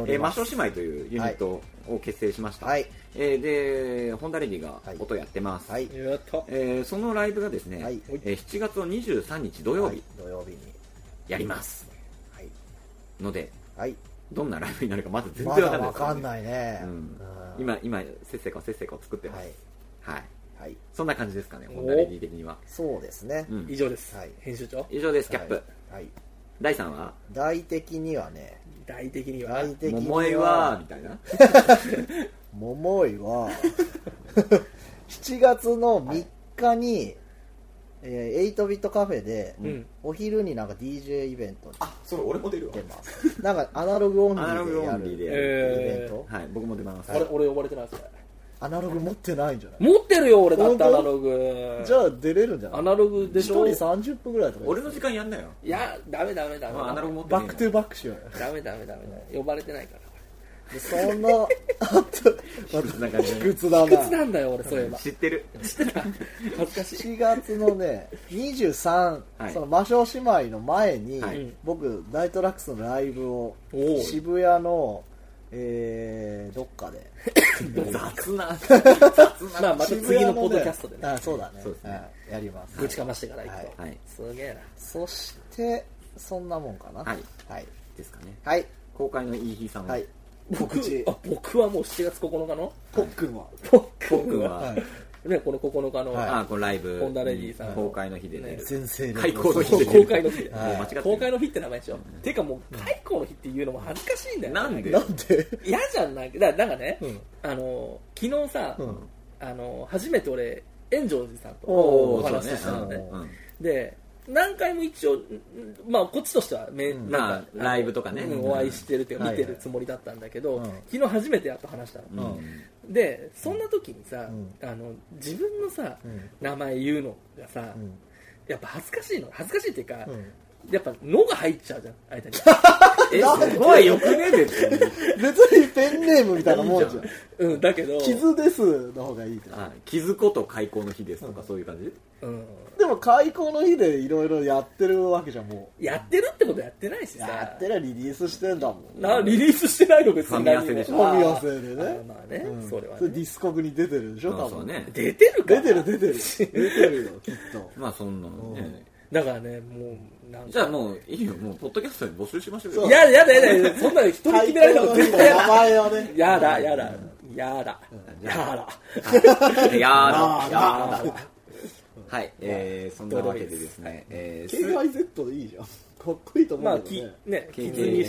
えー、魔性姉妹というユニットを結成しました。はい、えー、で、ホンダレディが音やってます。はい、えー、そのライブがですね、はい、えー、しちがつのにじゅうさんにち土曜日、はい、 土曜日にやります。はい、ので、 はい、 どんなライブになるかまだ全然わかんないです、ね。 まだわかんないね。 うん、今、今、せっせかせっせかを作ってます。はい。はい。はい、そんな感じですかね、ホンダレディ的には。 そうですね。 うん、以上です。はい、編集長。 以上です、キャップ。はい。はい、だいさんは？ 大的にはね。 大的には。 大的には。 桃井はみたいな。 桃井はしちがつのみっかに、はい、えー、エイトビットカフェで、うん、お昼になんか ディージェー イベントに。 あ、それ俺も出るわ。 出ます。なんかアナログオンリーでやるイベント。 はい、僕も出ます。 俺俺呼ばれてないですか？ アナログ持ってないんじゃない？ 持ってるよ俺だってアナログ。 じゃあ出れるんじゃない？ アナログでしょ。 ひとりさんじゅっぷんぐらいとか。 俺の時間やんなよ。 いやダメダメダメ。 アナログ持ってバックトゥーバックしようよ。 ダメダメダメ。呼ばれてないから。 そんなあと卑屈だな。 卑屈なんだよ俺そういえば。 知ってる。 知ってた。恥ずかしい。 しちがつのねにじゅうさん、はい、その魔性姉妹の前に、はい、僕ナイトラックスのライブを渋谷のえー、どっかで雑な雑なまあまた次のポッドキャストでね。 あ、そうだね。そうですね。やります。 ぶちかましてから行くと。 はい。 すげえな。 そしてそんなもんかな。 はい。はい。ですかね。 はい。 公開のいい日さんは。はい。 僕あ僕はもうしちがつここのかの。 ポックンは。 ポックンは。ね、このここのかの、 はい、あこのライブホンダレディさん公開の日でね、 先生開講の日で公開の日で、 はい、もう間違って公開の日って名前でしょ、うん、てかもう開講の日っていうのも恥ずかしいんだよ、 なんでなんで嫌じゃんなんかだなんかね、うん、あの昨日さ、うん、あの初めて俺炎上寺さんとお話ししたのね、うん、で何回も一応、まあ、こっちとしてはめ、 うん、なんかライブとかね、 うん、お会いしてるっていうか見てるつもりだったんだけど、はいはい、昨日初めてやっと話したの、うん、でそんな時にさ、うん、あの自分のさ、うん、名前言うのがさ、うん、やっぱ恥ずかしいの恥ずかしいっていうか、うんやっぱ「の」が入っちゃうじゃん間にえすごいよくね別に別にペンネームみたいなもんじゃんうんだけど傷ですの方がいいあ傷こと開校の日ですとか、うん、そういう感じ、 うん、でも開校の日でいろいろやってるわけじゃんもうやってるってことやってないしさやってりゃリリースしてんだもんなリリースしてないの別にファミ合わせでしょファミ合わせでねまあね、うん、それはねそれディスコグに出てるでしょ多分ね出てるか出てる出てる出てるよきっとまあそんなのねだからね、もうなんかじゃあもういいよ、もうポッドキャストに募集しましょうよ。 いややだやだ、そんなの人に決められるの絶対やだ。 名前をね。 やだやだやだやだやだ。はい、えー、そんなわけでですね、 えー、ケーアイゼット でいいじゃん。かっこいいと思うんだよね。 まあきね、キズミ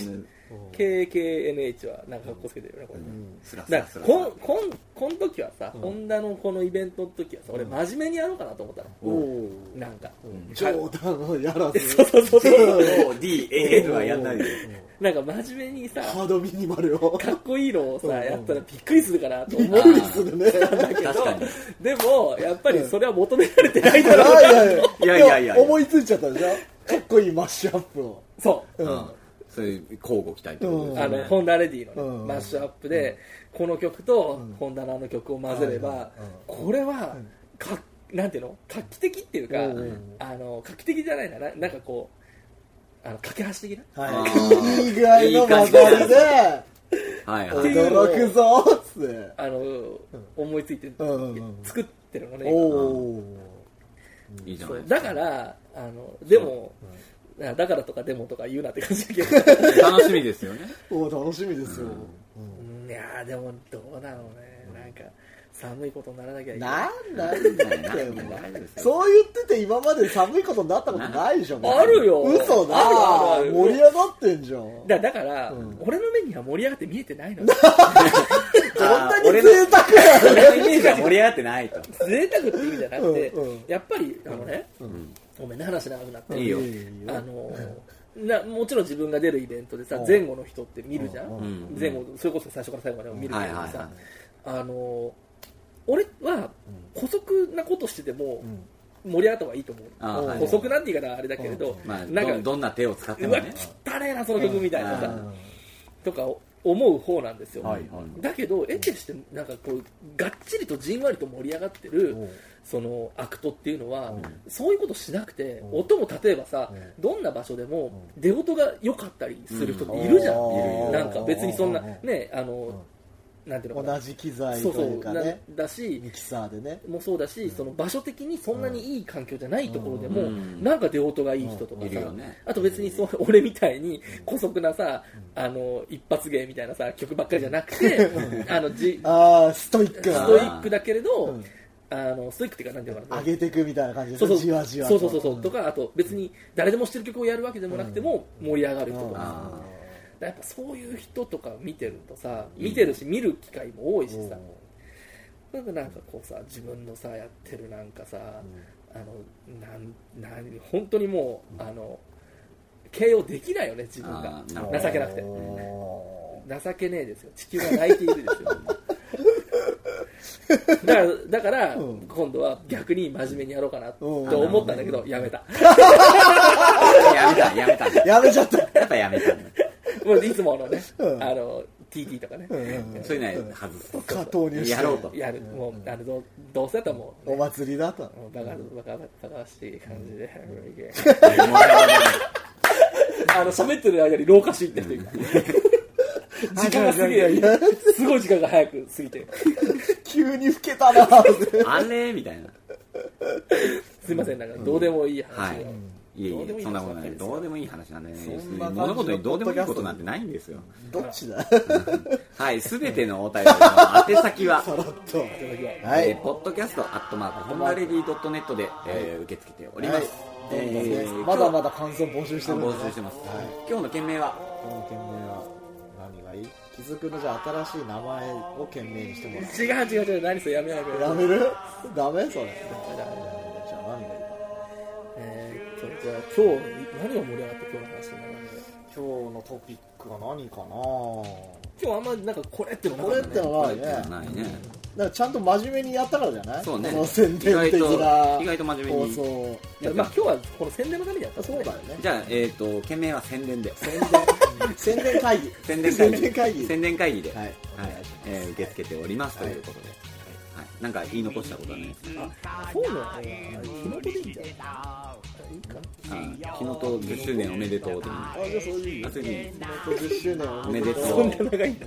ケーケーエヌエイチ はなんか格好つけてるよねこれ、うん、 スラスだラスラからこんこんこの時はさ、うん、ホンダのこのイベントの時はさ、俺真面目にやろうかなと思ったの、うん、なんか、 うん、冗談をやらずそうそうそうそうディーエー はやんないでなんか真面目にさハードミニマルをかっこいいのをさ、うん、やったらびっくりするかなと思うびっくりするねたんだけど確かにでもやっぱりそれは求められてないだろういやいやいやいやいや思いついちゃったでしょかっこいいマッシュアップをそう、 うん、そういう交互期待ってことですね、 あのホンダレディの、ねうん、マッシュアップで、うん、この曲と、うん、ホンダのあの曲を混ぜれば、うん、これはかなんていうの画期的っていうか、うん、あの画期的じゃないなななんかこうあの架け橋的な、 はい、いい具合の混ざりではいはい驚くぞっつってあの、うん、思いついて、うん、作ってるのね、 おいいじゃないだからあのでも、だからとかでもとか言うなって感じだけど楽しみですよねお楽しみですよ、 うん、いやでもどうだろうねなんか寒いことにならなきゃいけないなんだよそう言ってて今まで寒いことになったことないでしょあるよ嘘だあるある盛り上がってんじゃんだだから、うん、俺の目には盛り上がって見えてないのこんなに贅沢な俺のイメージは盛り上がってないと贅沢って意味じゃなくて、うんうん、やっぱりあのね、うんうんごめんね話長くなっていいよあのなもちろん自分が出るイベントでさ前後の人って見るじゃん、うん、前後それこそ最初から最後までも見るけどさ、はいはいはい、あの俺は補足なことしてても盛り上がった方がいいと思う、うん、補足なんて言い方はあれだけれど、 うんまあ、なんか ど, どんな手を使ってもねうわ汚ねえなその曲みたいなさ、うん、とか思う方なんですよ、はいはい、だけど得てしてなんかこうがっちりとじんわりと盛り上がってるそのアクトっていうのは、うん、そういうことしなくて、うん、音も例えばさ、うん、どんな場所でも出音が良かったりする人っているじゃん、うん、なんか別にそんなねあの、うん、なんていうのかな同じ機材というかねそうそうだしミキサーでねもそうだし、うん、その場所的にそんなにいい環境じゃないところでも、うん、なんか出音がいい人とかさ、うんね、あと別にそう俺みたいに姑息なさ、うん、あの一発芸みたいなさ曲ばっかりじゃなくてあのじあストイックストイックだけれど、うんあのストイックっていうかなんていうかな上げていくみたいな感じでそうそうじわじわとそうそうそうそう、うん、とかあと別に誰でも知ってる曲をやるわけでもなくても盛り上がる人とか、うん、やっぱそういう人とか見てるとさ見てるし見る機会も多いしさ、うん、なんかこうさ自分のさやってるなんかさ、うん、あのなんなん本当にもう、うん、あの形容できないよね自分が情けなくて情けねえですよ地球が泣いているですよだからだから、うん、今度は逆に真面目にやろうかなと思ったんだけど、うん、やめたやめたやめたやめちゃったやっぱやめたもういつものね、うん、あの ティーティー とかね、 うんうん、そういうのは外す投入してやろうとやるもうあの ど, どうせだともう、 ね、お祭りだとバカバカバカしい感じで、うん、あの喋ってる間に廊下し行ってるというか時間が過ぎないすごい時間が早く過ぎて急に老けたなあれみたいなすいませんなんかどうでもいい話を、 はいいえいえそんなことないどうでもいい話なんでね物事にどうでもいいことなんてないんですよどっちだはいすべてのお便りの宛先ははいえー、ポッドキャストアットマークホンダレディドットネットで、えー、受け付けております、はいえー、まだまだ感想募集してる募集してます、はい、今日の件名は今日の件名は何がいい気づくのじゃあ新しい名前を件名にしてもらう違う違う違う何それやめやめやめるダメそれじゃあ何がいいかえー、っとじゃあ今日何が盛り上がって今日の話になるんで今日のトピックは何かな今日あんまりなんかこれってのこれってのはないねないねだからちゃんと真面目にやったからじゃないそうねその宣伝的な意外と真面目にそういやまあ今日はこの宣伝のためにやったそうだよねじゃあえっ、ー、と件名は宣伝で宣伝宣伝会議宣伝会議宣伝会議宣伝会議で、 はいはいえー、受け付けておりますということで、はいはい、なんか言い残したことはないですあそうなの日の出でいいんじゃないいいかあ木本じゅっしゅうねんおめでとうでいいあじゃあそれでいいあそれでいい木本じゅっしゅうねんおめでとうそんな長いんだ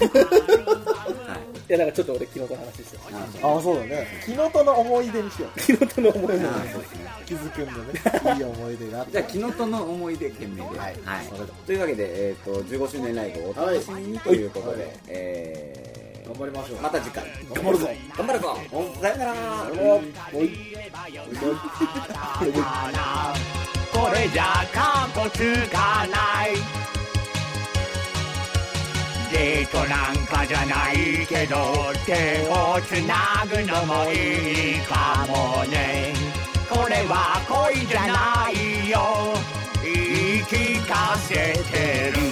いやなんかちょっと俺木本の話してああそうだね木本の思い出にしよう木本の思い出あそうですね気づくんでねいい思い出があったじゃあ木本の思い出件名で、はいはい、というわけで、えー、とじゅうごしゅうねんライブをお楽しみにということで、はいえー、 頑張りましょうまた次回頑張るぞ頑張るぞさよならおいこれじゃかっこつかないデートなんかじゃないけど手をつなぐのもいいかもね。これは恋じゃないよ言い聞かせてる。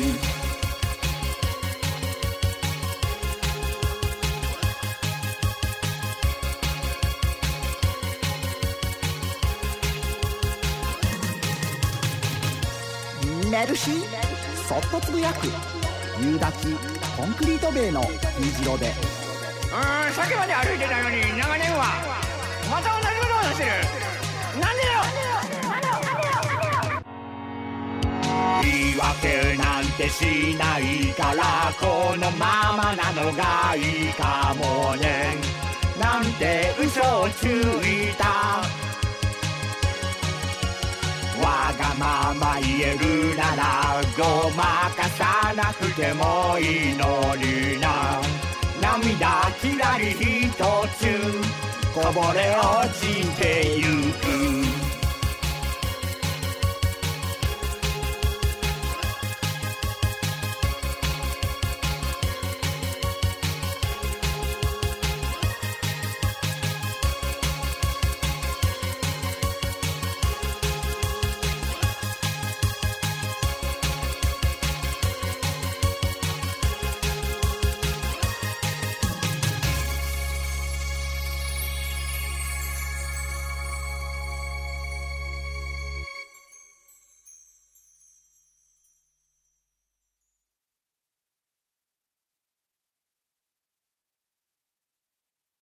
メルシーそっとつぶやく夕立コンクリート塀の虹色で。 うーん、さっきまで歩いてたのに長年はまた同じことをしてる。なんでだよ。言い訳なんてしないからこのままなのがいいかもね。なんて嘘をついた。わがまま言えるならごまかさなくてもいいのにな。涙きらりひとつこぼれ落ちて